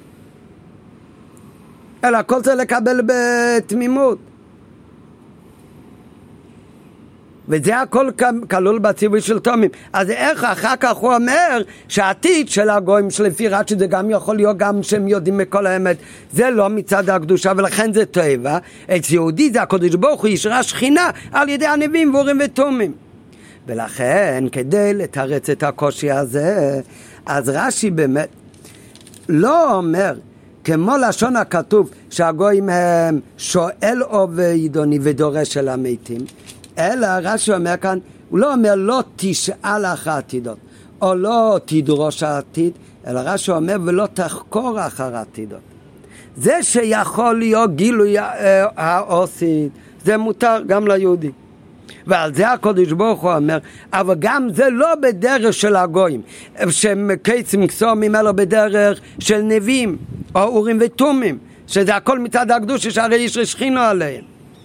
Speaker 1: אלא הכל זה לקבל בתמימות, וזה הכל כלול בציווי של תומים. אז איך אחר כך הוא אומר שהעתיד של הגויים שלפי רש"י זה גם יכול להיות גם שהם יודעים מכל האמת, זה לא מצד הקדושה, ולכן זה תועבה. אצל יהודי זה הקדוש ברוך הוא ישרה שכינה על ידי הנביאים ואורים ותומים. ולכן כדי לתרץ את הקושי הזה, אז רש"י באמת לא אומר כמו לשון הכתוב שהגויים הם שואל עובדוני ודורש אל המתים, אלא רש"י אומר כאן, הוא לא אומר לא תשאל אחר העתידות או לא תדרוש העתיד, אלא רש"י אומר ולא תחקור אחר העתידות. זה שיכול להיות גילוי העושית זה מותר גם ליהודי, ועל זה הקדוש ברוך הוא אומר, אבל גם זה לא בדרך של הגויים שהם קסמים קסומים, אלא בדרך של נביאים או אורים ותומים, שזה הכל מצד הקדושה שהרי ישרה שכינה עליהם.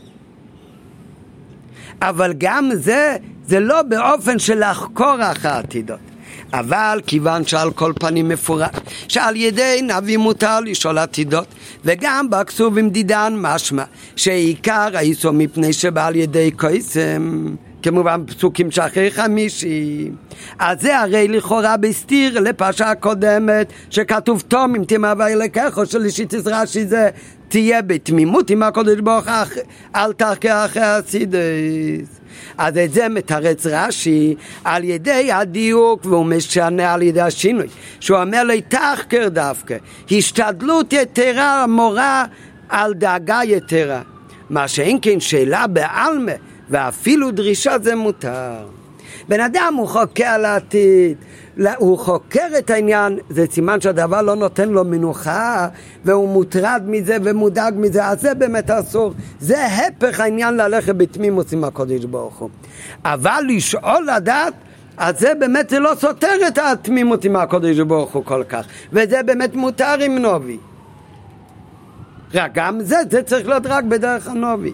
Speaker 1: אבל גם זה, זה לא באופן של לחקור אחר העתידות. אבל כיוון שעל כל פנים מפורש שעל ידי נביא מותר לשאול עתידות, וגם בכתובים דידן משמע שעיקר האיסור מפני שבא על ידי קסם, כמובן פסוקים שאחרי חמישי, אז זה הרי לכאורה בסתיר לפרשה הקודמת שכתוב תום אם תמהווה אלוקיך, או שלשיטת רש"י זה תהיה בתמימות עם הקדוש ברוך הוא אל תחקר אחרי החסידות. אז את זה מתרץ רש"י על ידי הדיוק, והוא משנה על ידי השינוי שהוא אומר לי תחקר דווקא השתדלות יתרה מורה על דאגה יתרה, מה שאין כן שאלה בעלמה ואפילו דרישה זה מותר. בן אדם הוא חוקר על העתיד, הוא חוקר את העניין, זה סימן שהדבר לא נותן לו מנוחה, והוא מוטרד מזה ומודאג מזה, אז זה באמת אסור. זה הפך העניין ללכת בתמימות עם הקודש ברוך הוא. אבל לשאול לדעת, אז זה באמת זה לא סותר את התמימות עם הקודש ברוך הוא כל כך, וזה באמת מותר עם נובי. רק גם זה, זה צריך להיות רק בדרך הנובי.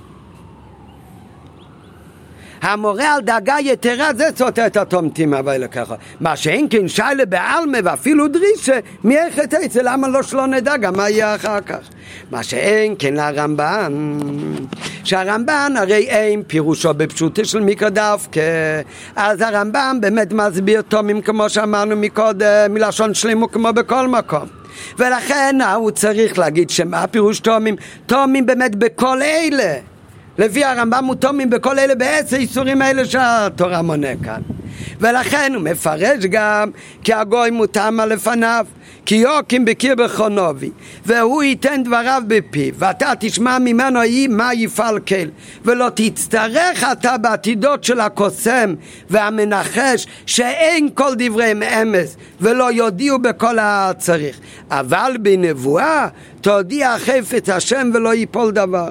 Speaker 1: המורה על דאגה יתרה זה סותר את התומתים, אבל ככה. מה שאין כן שיילה בעלמה ואפילו דרישה, מי איך את זה? למה לא שלא נדע גם מה יהיה אחר כך? מה שאין כן לרמב"ן, שהרמב"ן הרי אין פירושו בפשוטו של מקרא דווקא, אז הרמב"ן באמת מסביר תומים כמו שאמרנו מקודם, מלשון שלמו כמו בכל מקום. ולכן הוא צריך להגיד שמה פירוש תומים? תומים באמת בכל אלה. לפי הרמב"ם הוא תומים בכל אלה בעשר איסורים האלה שהתורה מונה כאן. ולכן הוא מפרש גם כי הגוי מוטמא לפניו, כי יוקים בקיר בחונובי, והוא ייתן דבריו בפיו, ואתה תשמע ממנו מה יפעל כל, ולא תצטרך אתה בעתידות של הקוסם והמנחש, שאין כל דבריהם אמס, ולא יודיעו בכל הצריך. אבל בנבואה תודיע חפץ השם ולא ייפול דבר.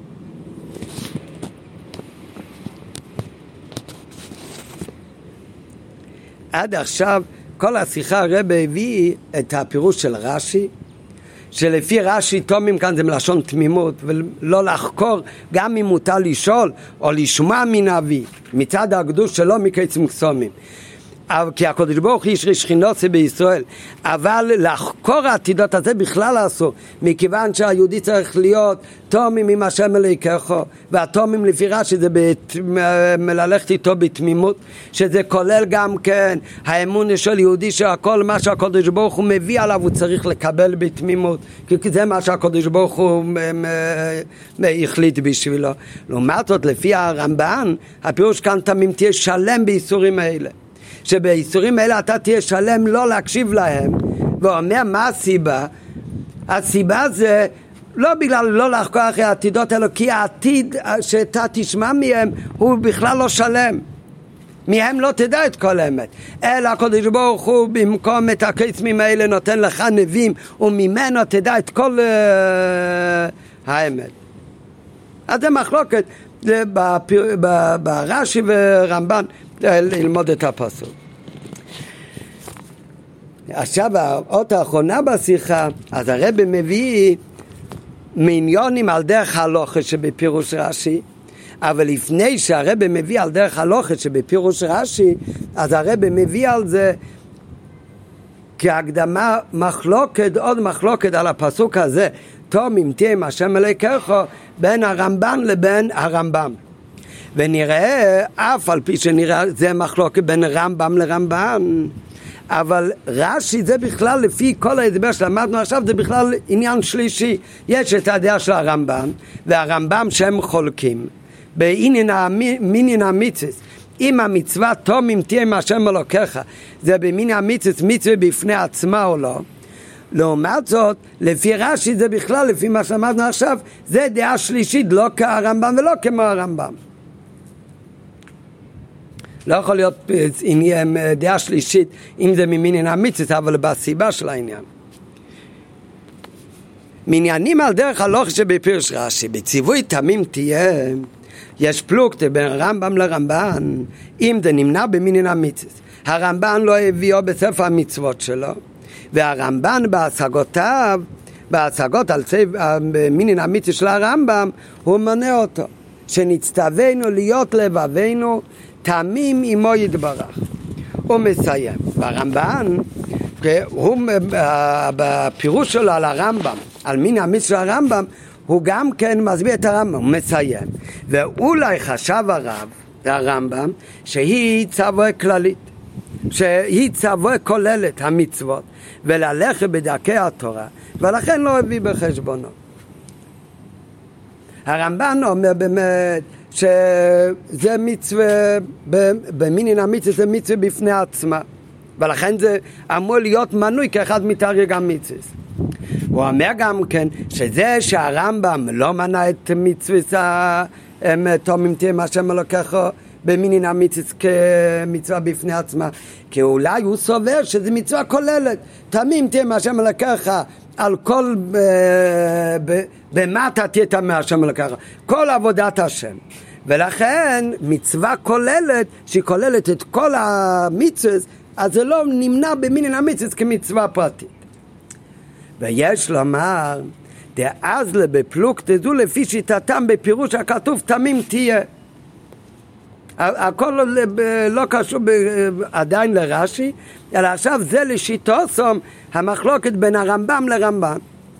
Speaker 1: עד עכשיו כל השיחה הרב הביא את הפירוש של רש"י, שלפי רש"י תומים כאן זה מלשון תמימות, ולא לחקור גם אם מותר לשאול או לשמוע מן אבי מצד הקדוש שלו מקץ מקסומים, כי הקדוש ברוך הוא יש שכינוסי בישראל, אבל לחקור העתידות הזה בכלל אסור, מכיוון שהיהודי צריך להיות תומים עם השם אלוהיך, והתומים לפי רש"י זה ללכת איתו בתמימות, שזה כולל גם כן האמון של יהודי שהכל מה שהקדוש ברוך הוא מביא עליו הוא צריך לקבל בתמימות, כי זה מה שהקדוש ברוך הוא החליט בשבילו. לעומת זאת לפי הרמב"ן הפירוש כאן תמים תהיה שלם באיסורים האלה, שבאיסורים האלה אתה תהיה שלם לא להקשיב להם, ואומר מה הסיבה? הסיבה זה לא בגלל לא לחקור אחרי העתידות אלו, כי העתיד שאתה תשמע מהם הוא בכלל לא שלם, מהם לא תדע את כל האמת, אלא הקדוש ברוך הוא במקום את הקסמים האלה נותן לך נביאים, וממנו תדע את כל uh, האמת. אז זה מחלוקת ברש"י ורמב"ן ללמוד את הפסוק. עכשיו האות האחרונה בשיחה, אז הרב מביא מיניונים על דרך הלוכה שבפירוש רש"י, אבל לפני שהרב מביא על דרך הלוכה שבפירוש רש"י, אז הרב מביא על זה כהקדמה מחלוקת, עוד מחלוקת על הפסוק הזה, תומים תהיה השם אלוהיך, בין הרמב"ן לבין הרמב"ם. ונראה, אף על פי שנראה זה מחלוקת בין רמב"ם לרמב"ן, אבל רש"י זה בכלל לפי כל ההסבר שלמדנו עכשיו זה בכלל עניין שלישי. יש את הדעה של הרמב"ם והרמב"ם שהם חולקים בעניין המצווה, אם המצווה תומים תהיה מהשם אלוקיך זה במין המצווה מצווה בפני עצמה או לא. לעומת זאת לפי רש"י זה בכלל לפי מה שלמדנו עכשיו זה דעה שלישית, לא כהרמב"ם ולא כמו הרמב"ם. לא יכול להיות עניין דעה שלישית אם זה ממין המצווה, אבל בסיבה של העניין. מעניינים על דרך הלוכה שבפירוש רש"י, בציווי תמים תהיה, יש פלוגתא בין רמב"ם לרמב"ן, אם זה נמנע במין המצווה. הרמב"ן לא הביאו בספר המצוות שלו, והרמב"ן בהשגותיו, בהשגות על מין המצווה של הרמב"ם, הוא מונה אותו, שנצטווינו להיות לבבינו תמים עמו יתברך. הוא מסיים. והרמב"ן, הוא, בפירוש שלו על הרמב"ם, על מין המצווה של הרמב"ם, הוא גם כן מסביר את הרמב"ם, הוא מסיים. ואולי חשב הרב, הרמב"ם, שהיא צוואה כללית, שהיא צוואה כוללת המצוות, וללכת בדרכי התורה, ולכן לא הביא בחשבונו. הרמב"ן אומר באמת, שזה מצווה, במינין המצווה זה מצווה בפני עצמה, ולכן זה אמור להיות מנוי כאחד מתרי"ג המצוות. הוא אומר גם כן שזה שהרמב"ם לא מנה את מצוות תומים תהיה מהשם אלוקיך במינין המצווה כמצווה בפני עצמה, כי אולי הוא סובר שזה מצווה כוללת. תמים תהיה מהשם אלוקיך על כל ב, ב, במה אתה תהיה תמה מהשם אלוקיך, כל עבודת השם. ולכן מצווה כוללת שהיא כוללת את כל המצווה, אז זה לא נמנע במינין המצווה כמצווה פרטית. ויש לומר דאז לבפלוגתא זו לפי שיטתם בפירוש הכתוב תמים תהיה. הכל לא קשור עדיין לרש"י, אלא עכשיו זה לשיטוסום המחלוקת בין הרמב"ם לרמב"ם.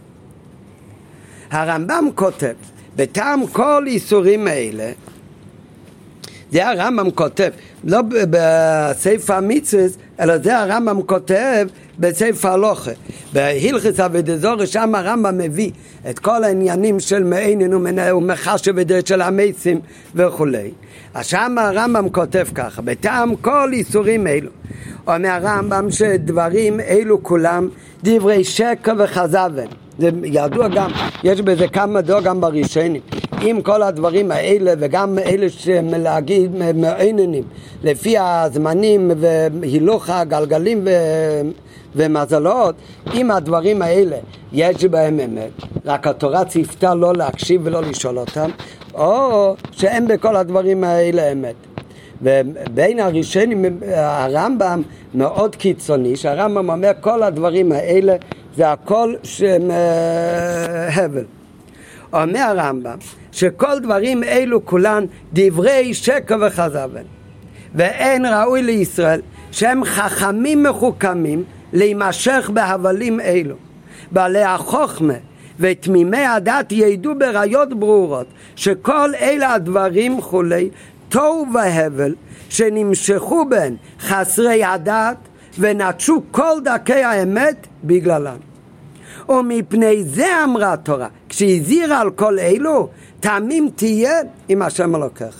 Speaker 1: הרמב"ם כותב בטעם כל איסורים האלה, זה הרמב"ם כותב לא בספר המצווה, אלא זה הרמב"ם כותב בספר הלוכה בהלכות אבדה זרה. שם הרמב"ם מביא את כל העניינים של מעינן ומחשב ודעת של המייסים וכולי. אז שם הרמב"ם כותב ככה, בטעם כל איסורים אלו אומר הרמב"ם שדברים אלו כולם דברי שקר וכזבן. זה ידוע גם, יש בזה כמה דור גם בראשונים, עם כל הדברים האלה וגם אלה שמלהגיד מעיננים לפי הזמנים והילוך הגלגלים ו... ומזלות, עם הדברים האלה יש בהם אמת, רק התורה ציוותה לא להקשיב ולא לשאול אותם, או שאין בכל הדברים האלה אמת. ובין הראשונים הרמב"ם מאוד קיצוני, שהרמב"ם אומר כל הדברים האלה זה הכל שם הבל. אומר הרמב"ם שכל דברים אלו כולן דברי שקר וכזבן, ואין ראוי לישראל שהם חכמים מחוכמים להימשך בהבלים אלו. בעלי החוכמה ותמימי הדת ידעו בראיות ברורות שכל אלה הדברים חולי תוהו והבל שנמשכו בין חסרי הדת ונטשו כל דרכי האמת בגללם. ומפני זה אמרה התורה כשהזהירה על כל אלו תמים תהיה עם השם אלוקיך.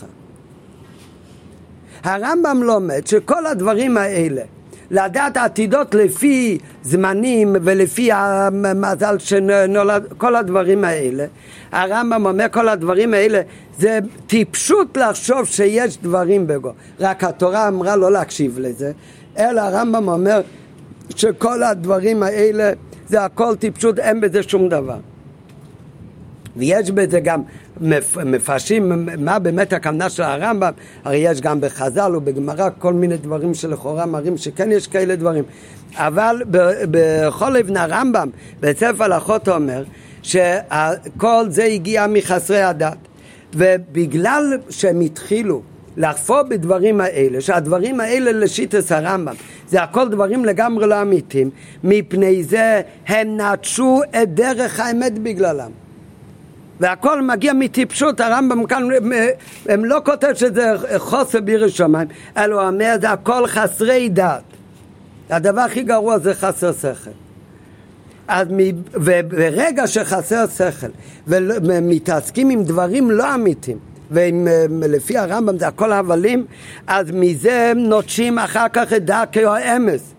Speaker 1: הרמב"ם לומד שכל הדברים האלה לדעת עתידות לפי זמנים ולפי המזל שנולד, כל הדברים האלה, הרמב"ם אומר כל הדברים האלה זה טיפשות לחשוב שיש דברים בגו, רק התורה אמרה לא להקשיב לזה, אלא הרמב"ם אומר שכל הדברים האלה זה הכל טיפשות, אין בזה שום דבר. ויש בזה גם מפרשים מה באמת הכוונה של הרמב"ם, הרי יש גם בחז"ל ובגמרא כל מיני דברים שלכאורה מראים שכן יש כאלה דברים, אבל בכל אבן הרמב"ם בספר הלכות אומר שכל זה הגיע מחסרי הדת, ובגלל שהם התחילו לחפור בדברים האלה, שהדברים האלה לשיטת הרמב"ם זה הכל דברים לגמרי לא אמיתיים, מפני זה הם נטשו את דרך האמת בגללם, והכל מגיע מטיפשות. הרמב"ם כאן הם לא כותב שזה חוסר ביראת שמיים, אלא הוא אומר זה הכל חסרי דעת. הדבר הכי גרוע זה חסר שכל. אז ברגע שחסר שכל ומתעסקים עם דברים לא אמיתיים, ולפי הרמב"ם זה הכל הבלים, אז מזה הם נוטשים אחר כך את דרכי האמס.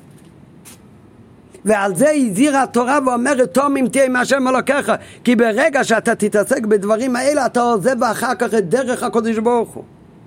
Speaker 1: ועל זה הזהירה התורה ואומרת תום תהיה עם השם אלוקיך, כי ברגע שאתה תתעסק בדברים האלה אתה עוזב אחר כך את דרך הקדוש ברוך הוא.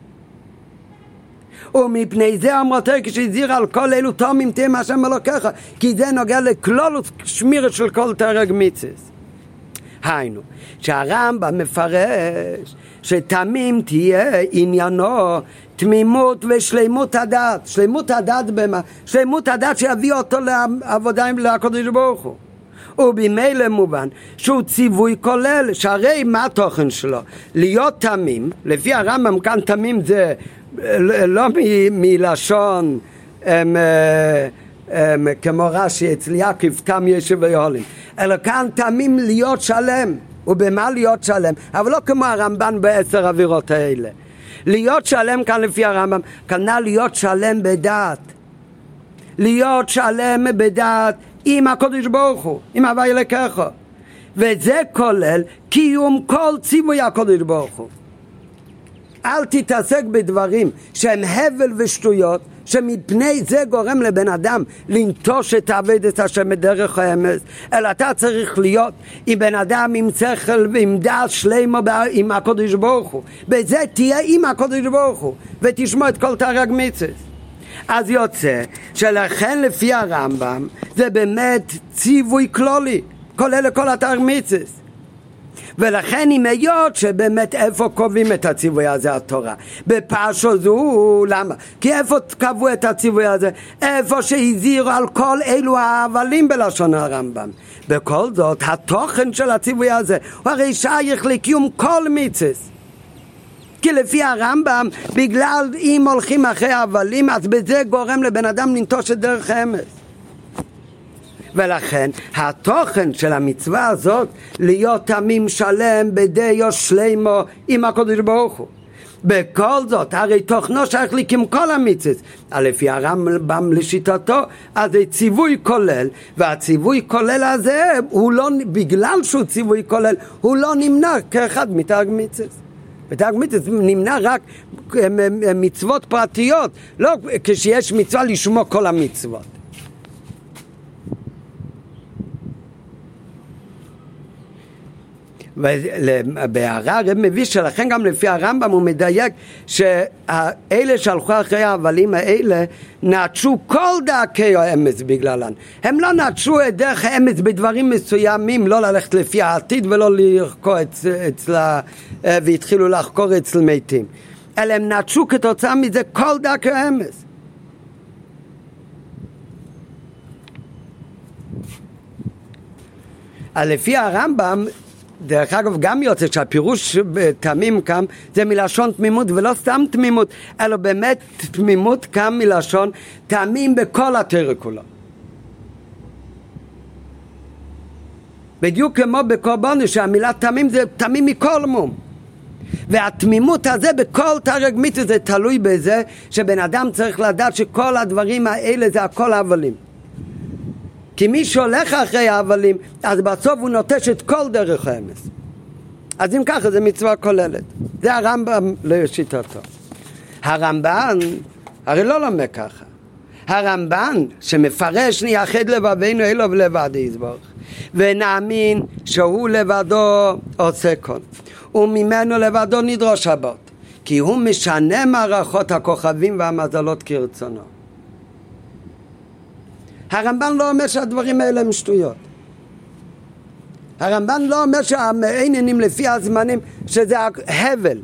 Speaker 1: ומפני זה אמרתי כשהזהירה על כל אלו תום תהיה עם השם אלוקיך, כי זה נוגע לכללות שמירה של כל תרג מצווה. היינו שהרמב"ם מפרש שתמים תהיה עניינו תמימות ושלימות הדת. שלמות הדת במה? שלמות הדת שיביא אותו לעבודה עם הקדוש ברוך הוא. ובמילא מובן שהוא ציווי כולל, שהרי מה התוכן שלו? להיות תמים, לפי הרמב"ם כאן תמים זה לא מ- מלשון הם, הם, כמו רש"י אצל יעקב תם ישב ויהולים, אלא כאן תמים להיות שלם. ובמה להיות שלם? אבל לא כמו הרמב"ן בעשר אווירות האלה. להיות שלם כאן לפי הרמב"ם, כנ"ל להיות שלם בדעת. להיות שלם בדעת עם הקדוש ברוך הוא, עם הווי אלוקיך. וזה כולל קיום כל ציווי הקדוש ברוך הוא. אל תתעסק בדברים שהם הבל ושטויות, שמפני זה גורם לבן אדם לנטוש את עבודת השם בדרך האמת, אלא אתה צריך להיות עם בן אדם עם שכל ועם דעת שלמה עם הקדוש ברוך הוא, בזה תהיה עם הקדוש ברוך הוא ותשמע את כל תרי"ג מצוות. אז יוצא שלכן לפי הרמב"ם זה באמת ציווי כללי, כולל לכל התרי"ג מצוות. ולכן אם היות שבאמת איפה קובעים את הציווי הזה התורה בפרשה זו, למה? כי איפה קבעו את הציווי הזה? איפה שהזהירו על כל אלו ההבלים בלשון הרמב"ם. בכל זאת התוכן של הציווי הזה הוא הרי שייך לקיום כל מצוות, כי לפי הרמב"ם בגלל אם הולכים אחרי ההבלים אז בזה גורם לבן אדם לנטוש את דרך האמת. ולכן התוכן של המצווה הזאת להיות תמים שלם בדיו שלמו עם הקדוש ברוך הוא. בכל זאת הרי תוכנו שייך לקיום כל המצוות, לפי הרמב"ם לשיטתו אז זה ציווי כולל, והציווי כולל הזה הוא לא, בגלל שהוא ציווי כולל הוא לא נמנע כאחד מתרי"ג מצוות. בתרי"ג מצוות נמנע רק מצוות פרטיות, לא כשיש מצווה לשמוע כל המצוות. ובהערה הרב מביא שלכן גם לפי הרמב"ם הוא מדייק שאלה שהלכו אחרי ההבלים האלה נטשו כל דרכי האמץ בגללן. הם לא נטשו את דרך האמץ בדברים מסוימים, לא ללכת לפי העתיד ולא לחקור אצלה והתחילו לחקור אצל מתים, אלא הם נטשו כתוצאה מזה כל דרכי האמץ. לפי הרמב"ם דרך אגב גם יוצא שהפירוש תמים כאן זה מלשון תמימות, ולא סתם תמימות אלא באמת תמימות כאן מלשון תמים בכל התורה כולו, בדיוק כמו בקורבן שהמילה תמים זה תמים מכל מום, והתמימות הזה בכל תרי"ג מצוות זה תלוי בזה שבן אדם צריך לדעת שכל הדברים האלה זה הכל הבלים, כי מי שהולך אחרי ההבלים אז בסוף הוא נוטש את כל דרך האמת. אז אם ככה זה מצווה כוללת. זה הרמב"ם לשיטתו. הרמב"ן הרי לא לומד ככה. הרמב"ן שמפרש נייחד לבבינו אלו ולבד יזבח ונאמין שהוא לבדו עושה כל וממנו לבדו נדרוש הבאות, כי הוא משנה מערכות הכוכבים והמזלות כרצונו. הרמב"ן לא אומר שהדברים האלה הם שטויות. הרמב"ן לא אומר שהעניינים לפי הזמנים שזה הבל.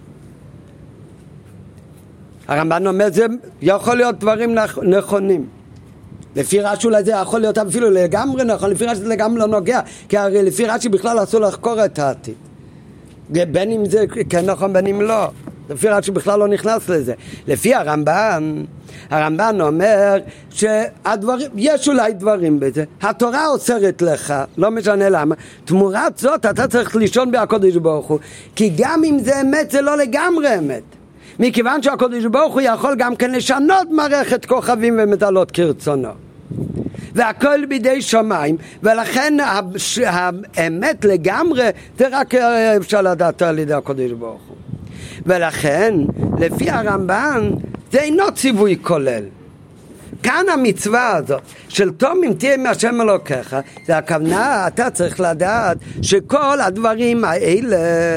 Speaker 1: הרמב"ן אומר זה יכול להיות דברים נכונים. לפי רש"י אולי זה יכול להיות אפילו לגמרי נכון, לפי רש"י זה לגמרי לא נוגע, כי הרי לפי רש"י בכלל אסור לחקור את העתיד. בין אם זה כן נכון בין אם לא. לפי רש"י בכלל לא נכנס לזה. לפי הרמב"ן, הרמב"ן אומר שהדברים, יש אולי דברים בזה, התורה אוסרת לך, לא משנה למה, תמורת זאת אתה צריך לישון בהקדוש ברוך הוא, כי גם אם זה אמת זה לא לגמרי אמת, מכיוון שהקדוש ברוך הוא יכול גם כן לשנות מערכת כוכבים ומזלות כרצונו, והכל בידי שמיים, ולכן האמת לגמרי זה רק אפשר לדעת על ידי הקדוש ברוך הוא. ולכן לפי הרמב"ן זה אינו ציווי כולל. כאן המצווה הזאת של תומים תהיה מהשם אלוקיך, זה הכוונה, אתה צריך לדעת שכל הדברים האלה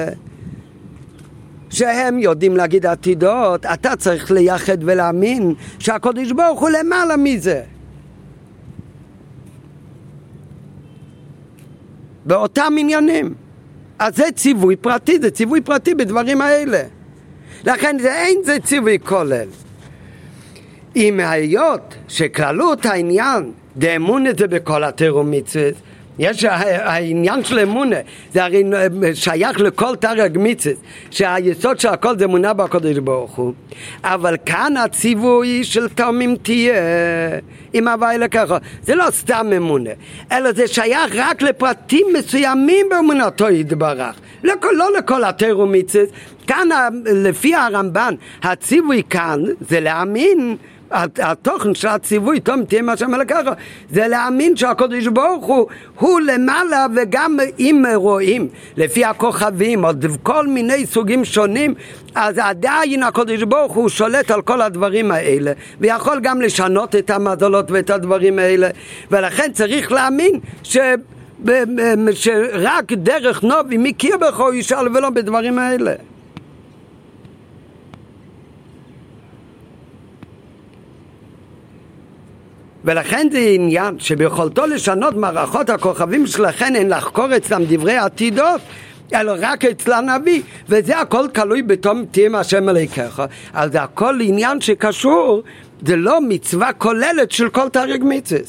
Speaker 1: שהם יודעים להגיד עתידות, אתה צריך לייחד ולהאמין שהקדוש ברוך הוא למעלה מזה, באותם עניינים. אז זה ציווי פרטי, זה ציווי פרטי בדברים האלה. לכן זה אין זה ציווי כולל. אם היות שכללות העניין דאמונה זה בכל התורה ומצוות, יש העניין של אמונה, זה הרי שייך לכל תרי"ג מצוות, שהיסוד של הכל זה אמונה בקדוש ברוך הוא, אבל כאן הציווי של תמים תהיה עם הווי לככה, זה לא סתם אמונה, אלא זה שייך רק לפרטים מסוימים באמונתו יתברך, לא, לא לכל התורה ומצוות. כאן לפי הרמב"ן הציווי כאן זה להאמין התוכן של הציווי, תום תהיה מה שם לקחה, זה להאמין שהקדוש ברוך הוא, הוא למעלה, וגם אם רואים, לפי הכוכבים, או כל מיני סוגים שונים, אז עדיין הקדוש ברוך הוא שולט על כל הדברים האלה, ויכול גם לשנות את המזלות ואת הדברים האלה, ולכן צריך להאמין ש... שרק דרך נובי מכיר בך הוא ישאל ולא בדברים האלה. ולכן זה עניין שביכולתו לשנות מערכות הכוכבים שלכן אין לחקור אצלם דברי עתידות אלא רק אצל הנביא, וזה הכל תלוי בתום תהיה השם אלוהיך. אז זה הכל עניין שקשור, זה לא מצווה כוללת של כל תרי"ג מצוות,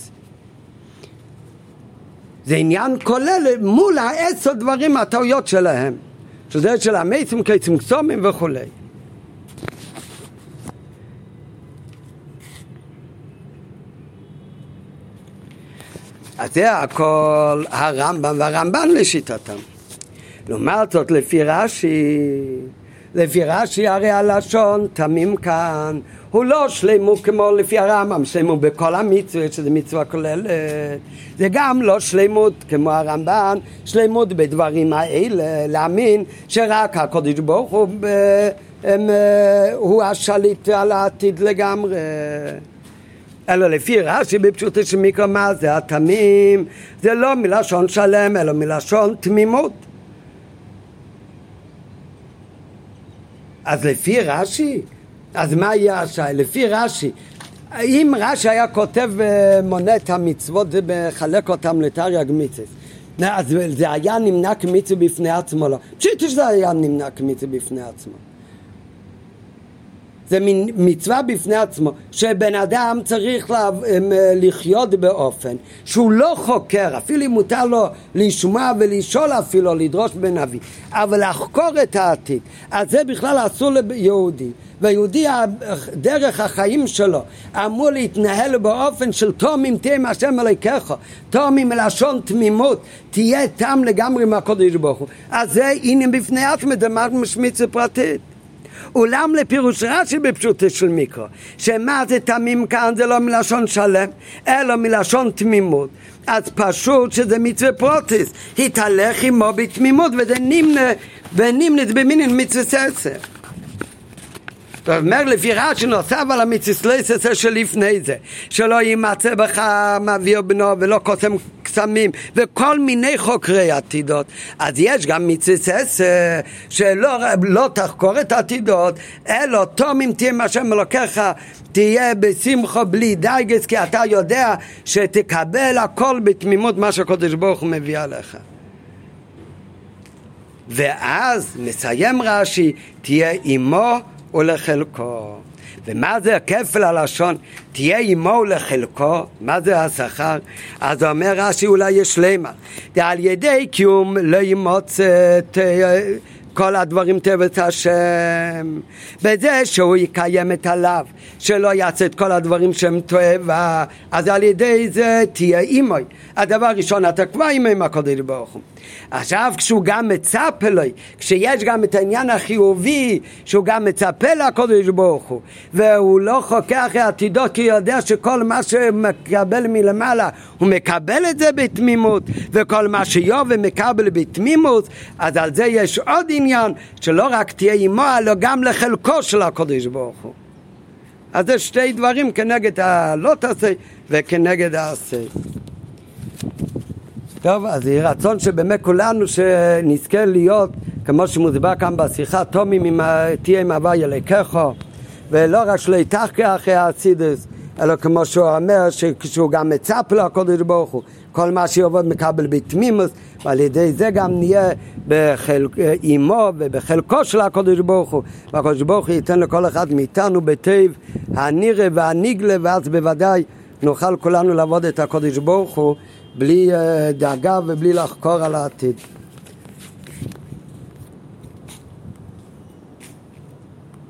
Speaker 1: זה עניין כולל מול העשר דברים הטעויות שלהם, שזה של המייסים כצמצומים וכו'. אז זה הכל הרמב"ם והרמב"ן לשיטתם. לעומת זאת לפי רש"י, לפי רש"י הרי הלשון תמים כאן הוא לא שלמו כמו לפי הרמב"ם, שלמו בכל המצוות שזה מצווה כוללת, זה גם לא שלמות כמו הרמב"ן, שלמות בדברים האלה, להאמין שרק הקדוש ברוך הוא הם, הוא השליט על העתיד לגמרי. אלא לפי רש"י בפשוטו של מקרא, מה זה התמים? זה לא מלשון שלם אלא מלשון תמימות. אז לפי רש"י, אז מה יהיה השי? לפי רש"י, אם רש"י היה כותב מונה את המצוות ומחלק אותם לתרי"ג מצוות, אז זה היה נמנע כמצווה בפני עצמו? לא, פשוט שזה היה נמנע כמצווה בפני עצמו. זה מצווה בפני עצמו, שבן אדם צריך לחיות באופן שהוא לא חוקר, אפילו אם מותר לו לשמוע ולשאול, אפילו לדרוש בנביא, אבל לחקור את העתיד, אז זה בכלל אסור ליהודי. ויהודי דרך החיים שלו אמור להתנהל באופן של תומים תהיה מהשם אלוהיך, תומים מלשון תמימות, תהיה תם לגמרי מהקדוש ברוך הוא. אז זה הנה בפני עצמו, זה מצווה פרטית. אולם לפירוש רש"י בפשוטו של מקרא, שמה זה תמים כאן, זה לא מלשון שלם אלא מלשון תמימות, אז פשוט שזה מצווה פרוטיס, התהלך עמו בתמימות, וזה נמנה ונמנת במינין מצווה ססר. אומר לפי רש"י נוסף על המצווה ססר שלפני זה, שלא יימצא בך מעביר בנו ולא קוסם קסמים וכל מיני חוקרי עתידות, אז יש גם מצווה ססר שלא לא תחקור את העתידות אלא תומים תהיה מהשם אלוקיך, תהיה בשמחה בלי דייגס, כי אתה יודע שתקבל הכל בתמימות מה שהקדוש ברוך הוא מביא עליך. ואז מסיים רש"י, תהיה עמו ולחלקו. ומה זה כפל הלשון? תהיה עמו ולחלקו, מה זה השכר? אז אומר רש"י אולי יש למה, על ידי קיום לא ימוצא כל הדברים טבת השם, בזה שהוא יקיים את עליו, שלא יעשה את כל הדברים שהם טובה, אז על ידי זה תהיה עמוי. הדבר ראשון, אתה כבר עם הקדוש ברוך הוא. עכשיו כשהוא גם מצפה לו, כשיש גם את העניין החיובי שהוא גם מצפה לקדוש ברוך הוא, והוא לא חוקר אחרי עתידות, כי הוא יודע שכל מה שמקבל מלמעלה הוא מקבל את זה בתמימות, וכל מה שיוב ומקבל בתמימות, אז על זה יש עוד עניין שלא רק תהיה עמו אלא גם לחלקו של הקדוש ברוך הוא. אז זה שתי דברים כנגד הלא תעשה וכנגד העשה. טוב, אז יהיה רצון שבאמת כולנו שנזכה להיות כמו שמוסבר כאן בשיחה, תומים תהיה עם הווי אלוהיך, ולא רק שלא יתחקר אחרי החסידות, אלא כמו שהוא אומר שכשהוא גם מצפה לו הקדוש ברוך הוא, כל מה שיעבוד מקבל בתמימות, ועל ידי זה גם נהיה עמו ובחלקו של הקדוש ברוך הוא, והקדוש ברוך הוא ייתן לכל אחד מאיתנו בטוב הנראה והנגלה, ואז בוודאי נוכל כולנו לעבוד את הקדוש ברוך הוא בלי דאגה ובלי לחקור על העתיד.